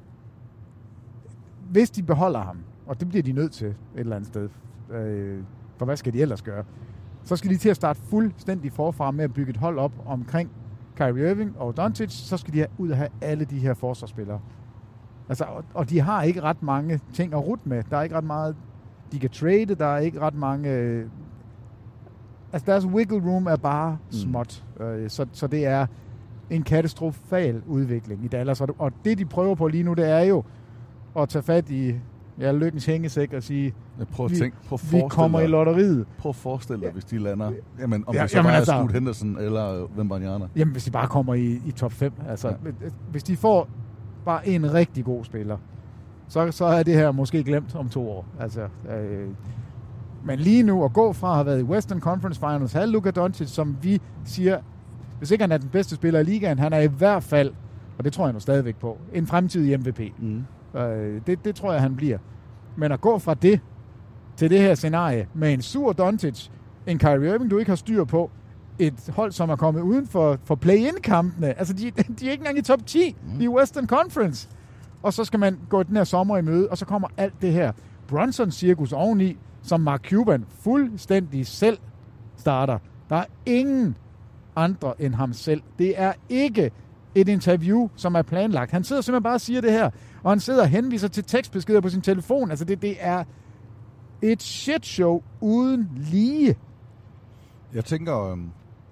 hvis de beholder ham, og det bliver de nødt til et eller andet sted, øh, for hvad skal de ellers gøre? Så skal de til at starte fuldstændig forfra med at bygge et hold op omkring Kyrie Irving og Doncic. Så skal de have, ud og have alle de her forsvarsspillere. Altså, og, og de har ikke ret mange ting at rute med. Der er ikke ret meget, de kan trade. Der er ikke ret mange... Øh, altså, deres wiggle room er bare mm. småt. Øh, så, så det er en katastrofal udvikling i Dallas. Og, og det, de prøver på lige nu, det er jo at tage fat i ja, lykkens hængesæk og sige, ja, prøv at vi, tænk, prøv at vi kommer i lotteriet. Prøv at forestille dig, ja. hvis de lander... Jamen, om ja, det så jamen, bare altså, er Scoot Henderson eller Wembanyama. Jamen, hvis de bare kommer i, i top fem. Altså, ja. Hvis de får bare en rigtig god spiller, så, så er det her måske glemt om to år. Altså, øh, men lige nu at gå fra at have været i Western Conference Finals, have Luka Doncic, som vi siger, hvis ikke han er den bedste spiller i ligaen, han er i hvert fald, og det tror jeg nu stadigvæk på, en fremtidig M V P. Mm. Øh, det, det tror jeg, han bliver. Men at gå fra det til det her scenarie med en sur Doncic, en Kyrie Irving, du ikke har styr på, et hold, som er kommet uden for, for play-in-kampene. Altså, de, de er ikke engang i top ti mm. i Western Conference. Og så skal man gå den her sommer i møde, og så kommer alt det her Brunson-cirkus oveni, som Mark Cuban fuldstændig selv starter. Der er ingen andre end ham selv. Det er ikke et interview, som er planlagt. Han sidder simpelthen bare og siger det her, og han sidder og henviser til tekstbeskeder på sin telefon. Altså det, det er et shitshow uden lige. Jeg tænker, øh,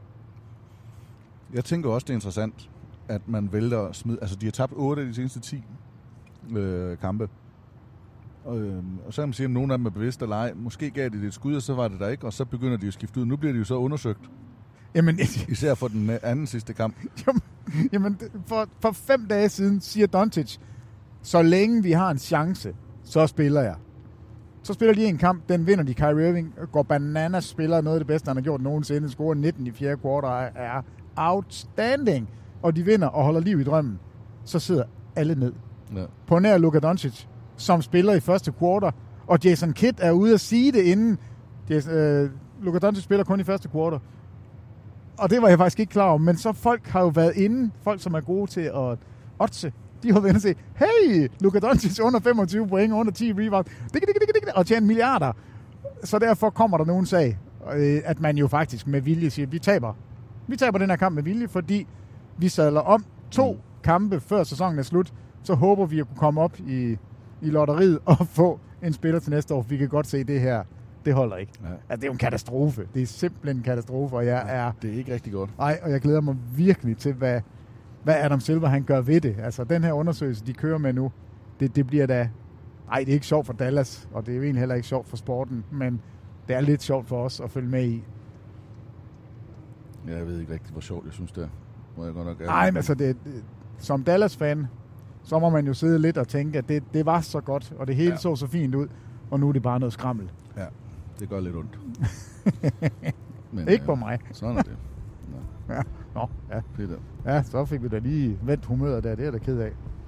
jeg tænker også, det er interessant, at man vælger at smide... Altså, de har tabt otte af de seneste ti øh, kampe. Og, øh, og så kan man sige, at nogle af dem er bevidst eller ej. Måske gav de det et skud, og så var det der ikke, og så begynder de at skifte ud. Nu bliver de jo så undersøgt. Jamen, især for den anden sidste kamp. Jamen, for, for fem dage siden siger Doncic, så længe vi har en chance, så spiller jeg. Så spiller de en kamp, den vinder de. Kyrie Irving går bananas, spiller noget af det bedste, han har gjort nogensinde. Scorer nitten i fjerde kvartal, er outstanding. Og de vinder og holder liv i drømmen. Så sidder alle ned. Ja. På nær Luka Doncic, som spiller i første kvartal. Og Jason Kidd er ude at sige det inden. Jason, øh, Luka Doncic spiller kun i første kvartal. Og det var jeg faktisk ikke klar over. Men så folk har jo været inde. Folk, som er gode til at oddse. De har været inde og se, hey, Luka Doncic under femogtyve point, under ti rebounds, og tjene milliarder. Så derfor kommer der nogen sag, at man jo faktisk med vilje siger, vi taber. Vi taber den her kamp med vilje, fordi vi sadler om to mm. kampe før sæsonen er slut. Så håber vi at kunne komme op i, i lotteriet og få en spiller til næste år. Vi kan godt se, at det her, det holder ikke. Ja. Altså, det er jo en katastrofe. Det er simpelthen en katastrofe, og jeg er... Det er ikke rigtig godt. Nej, og jeg glæder mig virkelig til, hvad... Hvad Adam Silver han gør ved det. Altså, den her undersøgelse, de kører med nu, det, det bliver da... Ej, det er ikke sjovt for Dallas, og det er jo egentlig heller ikke sjovt for sporten, men det er lidt sjovt for os at følge med i. Ja, jeg ved ikke rigtig, hvor sjovt jeg synes, det er. Må jeg godt nok... Nej, men altså, det, som Dallas-fan, så må man jo sidde lidt og tænke, at det, det var så godt, og det hele ja. så så fint ud, og nu er det bare noget skrammel. Ja, det gør lidt ondt. Men, ikke på mig. Sådan er det. Ja. Nå, ja. Peter. Ja, så fik vi da lige vendt humøret der. Det er da ked af.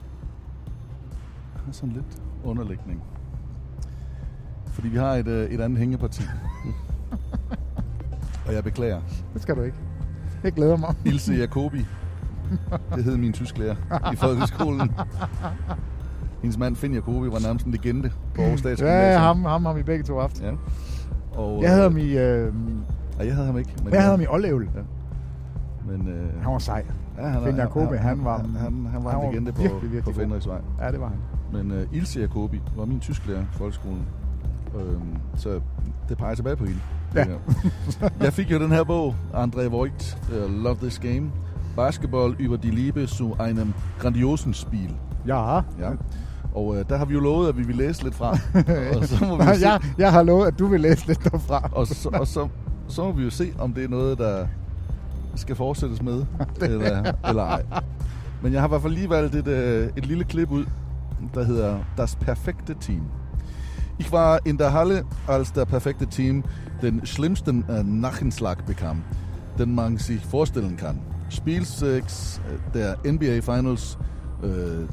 Sådan lidt underlægning. Fordi vi har et, et andet hængeparti. Og jeg beklager. Det skal du ikke. Jeg glæder mig. Ilse Jacobi. Det hed min tysklærer i folkeskolen. Hendes mand Finn Jacobi var nærmest en legende på Aarhus Statsgymnasium. Ja, ham, ham har vi begge to haft. Ja. Og, jeg havde ham i... Øh... Nej, jeg havde ham ikke. Men jeg havde ham i Oldævel. Ja. Men, øh, han var sej. Ja, han, Finn Jacobi, han, han var, han, han, han var han en legende på, virkelig, virkelig på Fenriksvej. Ja, det var han. Men uh, Ilse Jacobi var min tysklærer i folkeskolen. Øhm, så det peger tilbage på hende. Ja. Jeg fik jo den her bog, André Voigt, uh, Love This Game. Basketball über die Liebe zu einem grandiosen Spiel. Ja. Ja. Og uh, der har vi jo lovet, at vi vil læse lidt fra. Og så må vi jeg, jeg har lovet, at du vil læse lidt derfra. og så, og så, så må vi jo se, om det er noget, der skal fortsættes med, eller, eller ej. Men jeg har i hvert fald lige valgt et, et lille klip ud, der hedder Das perfekte Team. Ich war in der Halle, als der perfekte Team den schlimmsten äh, Nachschlag bekam, den man sich vorstellen kann. Spiel sechs der N B A Finals äh,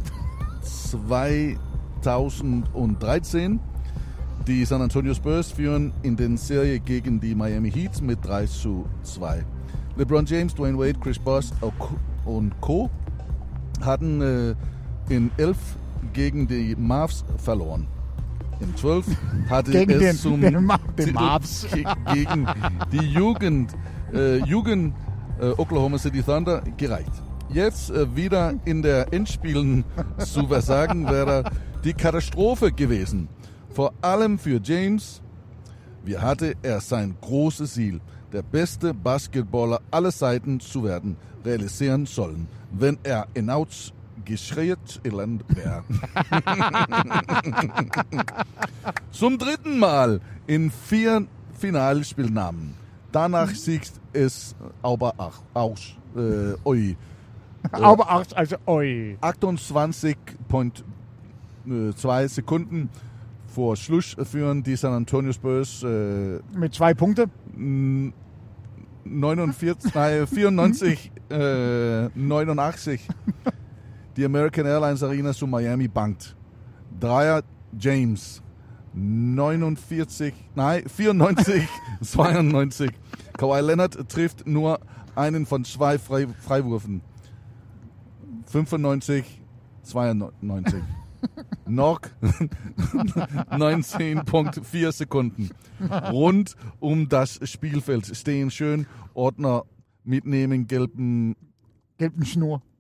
zweitausenddreizehn. Die San Antonio Spurs führen in den Serie gegen die Miami Heat mit drei zu zwei. LeBron James, Dwayne Wade, Chris Bosh und Co. hatten äh, in elf gegen die Mavs verloren. In zwölf hatte gegen es den, zum den, den Mavs. gegen die Jugend, äh, Jugend äh, Oklahoma City Thunder gereicht. Jetzt äh, wieder in der Endspielen zu versagen wäre die Katastrophe gewesen. Vor allem für James. Wie hatte er sein großes Ziel, der beste Basketballer aller Zeiten zu werden, realisieren sollen, wenn er hinaus geschreit wäre. Zum dritten Mal in vier Finalspielnamen. Danach sieht es aber aus. Äh, oi. Aber also oi. achtundzwanzig Komma zwei Sekunden vor Schluss führen die San Antonio Spurs äh, mit zwei Punkte. neunundvierzig, nein, vierundneunzig, äh, neunundachtzig. Die American Airlines Arena zu Miami bankt. Dreier James. neunundvierzig, nein, vierundneunzig, zweiundneunzig. Kawhi Leonard trifft nur einen von zwei Frei- Freiwürfen. fünfundneunzig, zweiundneunzig. Noch neunzehn Komma vier Sekunden. Rund um das Spielfeld stehen schön Ordner mitnehmen, gelben, gelben Schnur.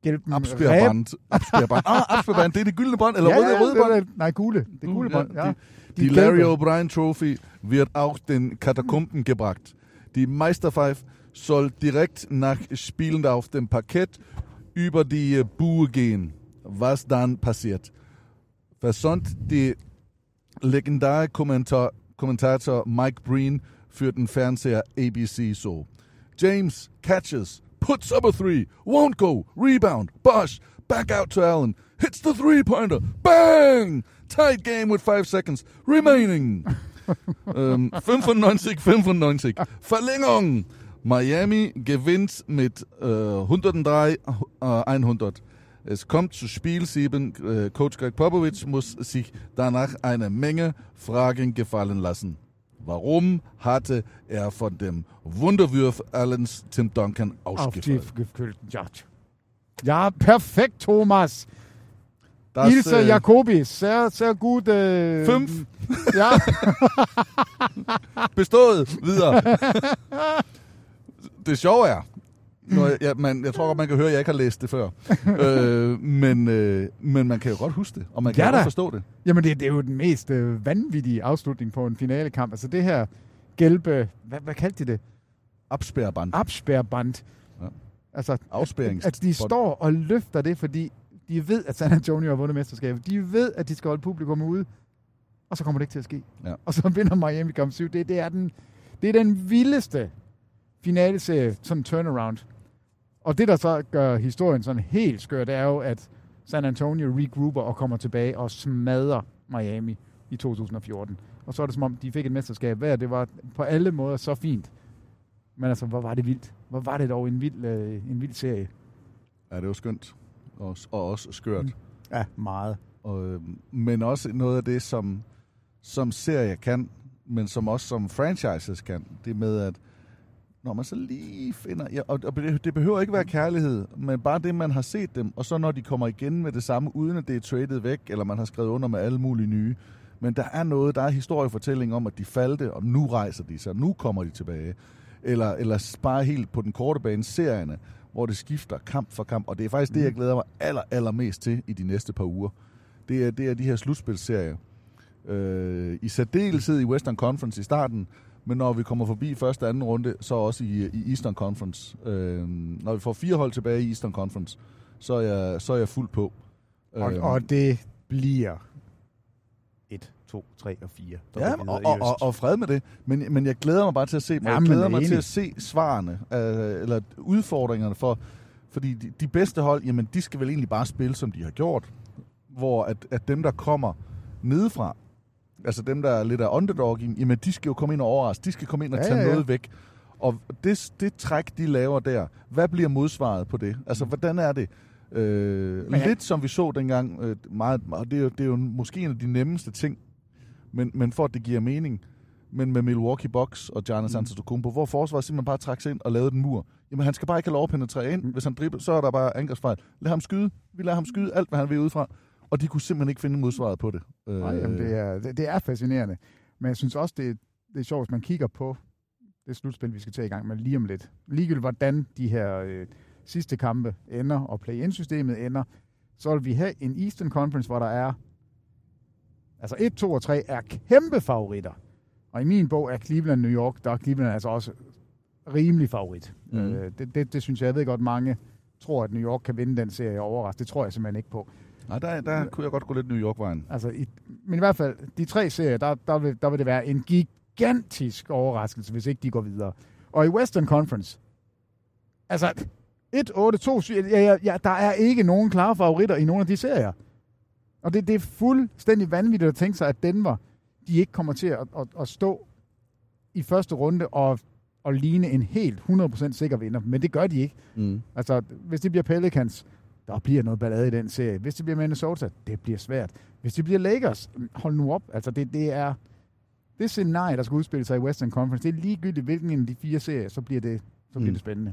hjælpe dem. Absperrband. Absperrband. Ah, Absperrband, det er det gyldne bånd, eller ja, røde, ja, røde bånd? Det er, nej, gule. Det gule bånd, ja. Die, die, die Larry O'Brien Trophy wird auch den Katakomben gebracht. Die Meisterpfeife soll direkt nach Spielen auf dem Parkett über die Buhe gehen. Was dann passiert? Versont die legendäre Kommentar, Kommentator Mike Breen für den Fernseher A B C so. James catches, puts up a three, won't go, rebound, Bosch, back out to Allen, hits the three-pointer, bang! Tight game with five seconds remaining. ähm, fünfundneunzig fünfundneunzig. Verlängerung. Miami gewinnt mit äh, hundertdrei äh, hundert. Es kommt zu Spiel sieben. Äh, Coach Greg Popovich muss sich danach eine Menge Fragen gefallen lassen. Warum hatte er von dem Wunderwurf Allens Tim Duncan ausgefallen? Ja. ja, perfekt, Thomas. Das, Ilse äh, Jacobi, sehr, sehr gut. Äh, fünf. Ja. Bestået. Videre. Det sjove er, når jeg, man, jeg tror godt, man kan høre, at jeg ikke har læst det før. øh, men, øh, men man kan jo godt huske det, og man kan ja, jo godt forstå det. Jamen, det, det er jo den mest øh, vanvittige afslutning på en finalekamp. Altså det her gælpe... Hvad, hvad kaldte de det? Abspærrband. Abspærrband. Ja. Altså, Afspærings. at de står og løfter det, fordi de ved, at San Antonio har vundet mesterskabet. De ved, at de skal holde publikum ude, og så kommer det ikke til at ske. Ja. Og så vinder Miami kamp syv. Det, det, er den, det er den vildeste finaleserie, sådan turnaround. Og det, der så gør historien sådan helt skør, det er jo, at San Antonio regrouper og kommer tilbage og smadrer Miami i to tusind og fjorten. Og så er det som om, de fik et mesterskab hver. Det var på alle måder så fint. Men altså, hvor var det vildt. Hvor var det dog en vild, øh, en vild serie. Ja, det var skønt. Og, og også skørt. Mm. Ja, meget. Og, øh, men også noget af det, som, som serier kan, men som også som franchises kan. Det med, at når man så lige finder... Ja, og, og det, det behøver ikke være kærlighed, men bare det, man har set dem, og så når de kommer igen med det samme, uden at det er traded væk, eller man har skrevet under med alle mulige nye. Men der er noget, der er historiefortælling om, at de faldt, og nu rejser de sig, nu kommer de tilbage. Eller, eller bare helt på den korte bane, serierne, hvor det skifter kamp for kamp. Og det er faktisk det, jeg glæder mig aller, allermest til i de næste par uger. Det er, det er de her slutspilsserier. Øh, I særdeleshed i Western Conference i starten, men når vi kommer forbi første og anden runde, så også i, i Eastern Conference. Øh, når vi får fire hold tilbage i Eastern Conference, så er jeg, så er jeg fuld på. Og, øh, og det bliver et, to, tre og fire. Ja, og, og, og, og fred med det. Men, men jeg glæder mig bare til at se dem. Jeg glæder mig til at se svarene, øh, eller udfordringerne for, fordi de, de bedste hold, jamen de skal vel egentlig bare spille, som de har gjort. Hvor at, at dem, der kommer nedefra, altså dem, der er lidt af underdog, jamen de skal jo komme ind og overraske. De skal komme ind og tage ja, ja, ja. noget væk. Og det, det træk, de laver der, hvad bliver modsvaret på det? Altså, hvordan er det? Øh, ja. Lidt som vi så dengang, øh, meget, og det er, jo, det er jo måske en af de nemmeste ting, men, men for at det giver mening, men med Milwaukee Bucks og Giannis mm. Antetokounmpo, hvor forsvaret simpelthen bare trak sig ind og lavede den mur. Jamen, han skal bare ikke have lov at penetrere ind. Mm. Hvis han dribler, så er der bare angrebsfejl. Lad ham skyde. Vi lader ham skyde alt, hvad han vil udefra. Og de kunne simpelthen ikke finde modsvaret på det. Nej, øh, jamen, det, er, det, det er fascinerende. Men jeg synes også, det er, det er sjovt, hvis man kigger på det slutspil, vi skal tage i gang med lige om lidt. Ligegyldigt, hvordan de her øh, sidste kampe ender, og play-in-systemet ender, så vil vi have en Eastern Conference, hvor der er altså et, to og tre er kæmpe favoritter. Og i min bog er Cleveland New York, der er Cleveland altså også rimelig favorit. Mm. Øh, det, det, det synes jeg, jeg ved godt, mange tror, at New York kan vinde den serie overraskende. Det tror jeg simpelthen ikke på. Nej, der, der kunne jeg godt gå lidt New York-vejen. Altså, i, men i hvert fald, de tre serier, der, der, vil, der vil det være en gigantisk overraskelse, hvis ikke de går videre. Og i Western Conference, altså et, otte, to, syv, ja, ja, ja, der er ikke nogen klare favoritter i nogen af de serier. Og det, det er fuldstændig vanvittigt at tænke sig, at Denver, de ikke kommer til at, at, at stå i første runde og, og ligne en helt hundrede procent sikker vinder. Men det gør de ikke. Mm. Altså, hvis det bliver Pelicans, der bliver noget ballade i den serie. Hvis det bliver Minnesota, det bliver svært. Hvis det bliver Lakers, hold nu op. Altså, det, det er det scenarie, der skal udspille sig i Western Conference. Det er ligegyldigt, hvilken en af de fire serier, så bliver det, så bliver mm. det spændende.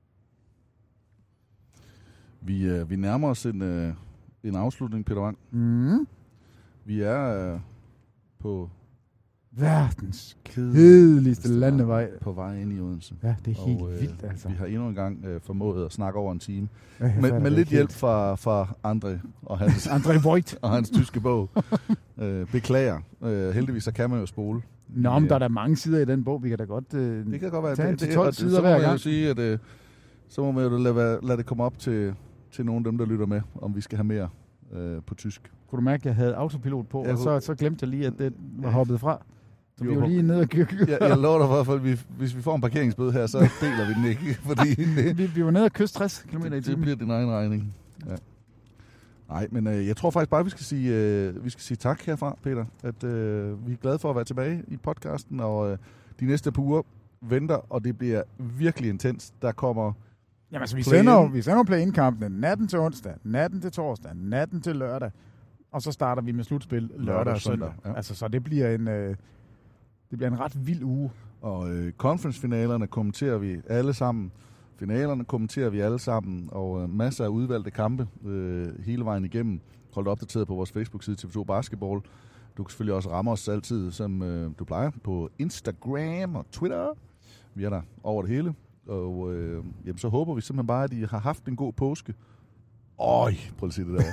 Vi, øh, vi nærmer os en, øh, en afslutning, Peter Wang. Mm. Vi er øh, på verdens kedeligste landevej. På vej ind i Odense. Ja, det er helt og, øh, vildt, altså. Vi har endnu en gang øh, formået at snakke over en time. Ja, med med lidt hjælp fra, fra André og hans, André Voigt. og hans tyske bog. øh, beklager. Øh, heldigvis så kan man jo spole. Nå, men der er der mange sider i den bog. Vi kan da godt øh, det kan godt være, tage det, til det, tolv det, sider hver gang. Jo sige, at, øh, så må man jo lade, lade det komme op til, til nogle af dem, der lytter med, om vi skal have mere øh, på tysk. Kunne du mærke, at jeg havde autopilot på, jeg og så, så glemte jeg lige, at det var hoppet fra. Så vi jo, var lige nede og køre. jeg, jeg lover dig i hvert fald, vi, hvis vi får en parkeringsbøde her, så deler vi den ikke. Fordi det, vi, vi var nede og kysse tres kilometer i timen. Det bliver din egen regning. Ja. Nej, men øh, jeg tror faktisk bare, vi skal sige, øh, vi skal sige tak herfra, Peter. At øh, vi er glade for at være tilbage i podcasten, og øh, de næste par uger venter, og det bliver virkelig intens. Der kommer... Jamen altså, vi sender jo vi sender play-in-kampene natten til onsdag, natten til torsdag, natten til lørdag, og så starter vi med slutspil lørdag, lørdag og søndag. søndag ja. Altså, så det bliver en... Øh, Det bliver en ret vild uge. Og øh, conference-finalerne kommenterer vi alle sammen. Finalerne kommenterer vi alle sammen. Og øh, masser af udvalgte kampe øh, hele vejen igennem. Hold dig opdateret på vores Facebook-side T V to Basketball. Du kan selvfølgelig også ramme os altid, som øh, du plejer, på Instagram og Twitter. Vi er der over det hele. Og øh, jamen, så håber vi simpelthen bare, at I har haft en god påske. Øj, prøv at se det der.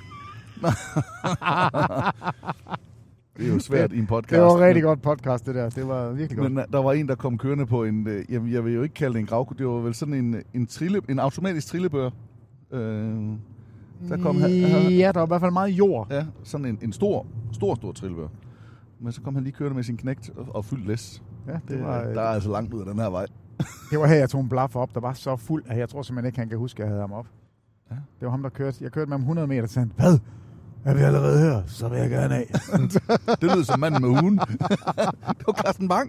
Det er jo svært i en podcast. Det var en rigtig godt podcast, det der. Det var virkelig godt. Men der var en, der kom kørende på en, øh, jamen, jeg vil jo ikke kalde det en gravkud, det var vel sådan en, en, trille, en automatisk trillebør. Øh, der kom han, ja, der var i hvert fald meget jord. Ja, sådan en, en stor, stor, stor trillebør. Men så kom han lige kørende med sin knægt og, og fyldt læs. Ja, det var, der er altså langt ud af den her vej. Det var her, jeg tog en blaf op, der var så fuld, at jeg tror simpelthen ikke, han kan huske, at jeg havde ham op. Ja. Det var ham, der kørte. Jeg kørte med ham hundrede meter, og sagde, hvad? Er vi allerede her? Så vil jeg gerne af. Det lyder som manden med ugen. Det var Carsten Bang.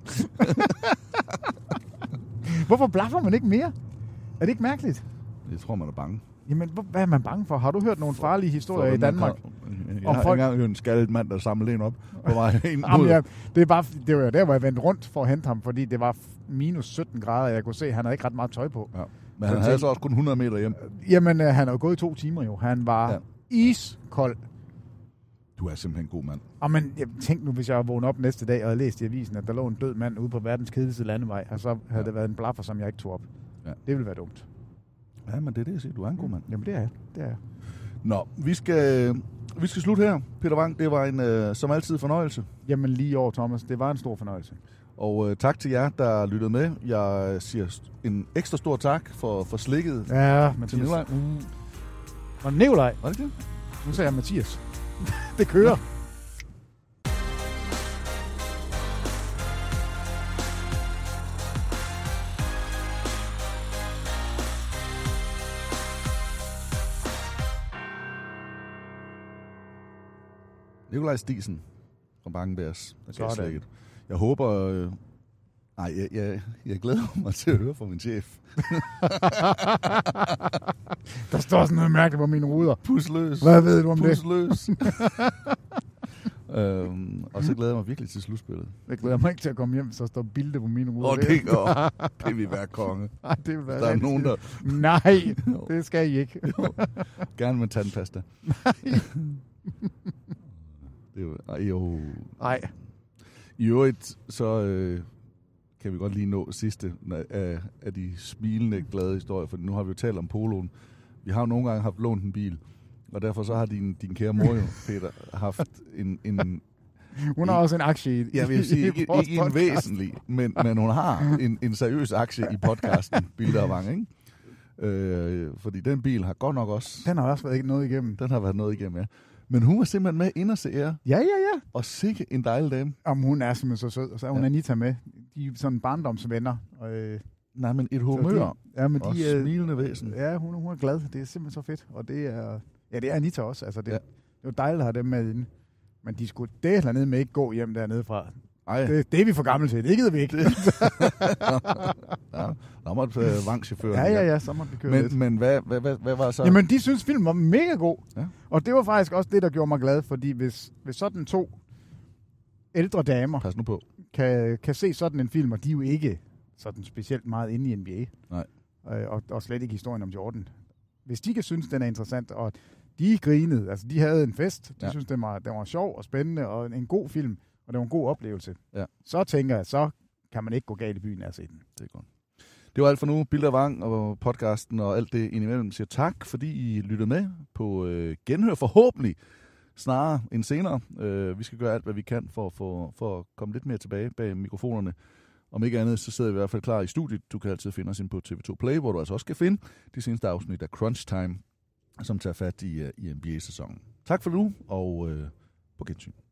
Hvorfor blaffer man ikke mere? Er det ikke mærkeligt? Jeg tror, man er bange. Jamen, hvad er man bange for? Har du hørt nogle farlige historier for, i Danmark? Jeg, jeg har folk... engang hørt en skaldet mand, der samlede en op på vej ind mod. Ja, det, er bare, det var der, hvor jeg vendte rundt for at hente ham, fordi det var minus sytten grader, jeg kunne se, at han havde ikke ret meget tøj på. Ja. Men han havde så også kun hundrede meter hjem. Jamen, han har jo gået i to timer jo. Han var ja. iskold. Du er simpelthen en god mand. Og men jeg tænk nu, hvis jeg vågnede op næste dag og havde læst i avisen, at der lå en død mand ude på verdens kedeligste landevej, og så havde ja. det været en blaffer, som jeg ikke tog op. Ja. Det ville være dumt. Ja, men det er det, jeg siger. Du er en god mand. Jamen, det er jeg. Det er jeg. Nå, vi skal, vi skal slutte her. Peter Wang, det var en, øh, som altid, fornøjelse. Jamen, lige over, Thomas. Det var en stor fornøjelse. Og øh, tak til jer, der lyttede med. Jeg siger en ekstra stor tak for, for slikket. Ja, til Mathias. Nikolaj. Mm. Og Nikolaj. Var det det? Nu sagde jeg Mathias. Det kører. Ja. Nikolaj Stisen fra Bankenbergs. Jeg håber... Øh, nej, jeg, jeg, jeg glæder mig til at høre fra min chef. Der står sådan noget mærkeligt på mine ruder. Pusløs. Hvad ved du om Pusløs. det? øhm, og så glæder jeg mig virkelig til slutspillet. Jeg glæder mig ikke til at komme hjem, så står billede på mine ruder. Åh, det går. Det vil være konge. Nej, det vil være der er nogen, der... Nej, det skal I ikke. Gerne med tandpasta. Nej. Det er jo... jo. Nej. I øvrigt, så øh, kan vi godt lige nå sidste af, af de smilende, glade historier, for nu har vi jo talt om poloen. Vi har jo nogle gange haft lånt en bil, og derfor så har din, din kære mor jo, Peter, haft en... en hun har en, også en aktie i jeg vil sige, ikke, ikke en væsentlig, men, men hun har en, en seriøs aktie i podcasten, Billeder og Vang, ikke? Øh, fordi den bil har godt nok også... Den har også været noget igennem. Den har været noget igennem, ja. Men hun var simpelthen med ind og se ære. Ja, ja, ja. Og sikke en dejlig dame. Om hun er simpelthen så sød. Og så er hun ja. Anita med. De er sådan barndomsvenner. Og, øh, Nej, men et humør. De, ja, men og de er smilende væsen. Ja, hun, hun er glad. Det er simpelthen så fedt. Og det er... Ja, det er Anita også. Altså, det, ja. det er jo dejligt at have dem med inde. Men de skulle det dernede med ikke gå hjem dernede fra. Det, det er vi for gamle til. Det gider vi ikke. Ja, der måtte øh, Vang-chaufføren. Ja, ja, ja. Så måtte vi køre men, lidt. Men hvad, hvad, hvad, hvad var så? Jamen, de synes, filmen var mega god. Ja. Og det var faktisk også det, der gjorde mig glad. Fordi hvis, hvis sådan to ældre damer Pas nu på. Kan, kan se sådan en film, og de er jo ikke sådan specielt meget inde i N B A. Nej. Øh, og, og slet ikke historien om Jordan. Hvis de kan synes, den er interessant, og de grinede, altså de havde en fest, de ja. synes, den var, den var sjov og spændende, og en, en god film, og det var en god oplevelse, ja. så tænker jeg, så kan man ikke gå galt i byen af at se den. Det er godt. Det var alt for nu. Bilder Vang og podcasten og alt det indimellem siger tak, fordi I lyttede med på øh, genhør forhåbentlig snarere end senere. Øh, vi skal gøre alt, hvad vi kan for, for, for at komme lidt mere tilbage bag mikrofonerne. Om ikke andet, så sidder vi i hvert fald klar i studiet. Du kan altid finde os ind på T V to Play, hvor du altså også kan finde de seneste afsnit af Crunch Time, som tager fat i, uh, i N B A-sæsonen. Tak for nu, og øh, på gensyn.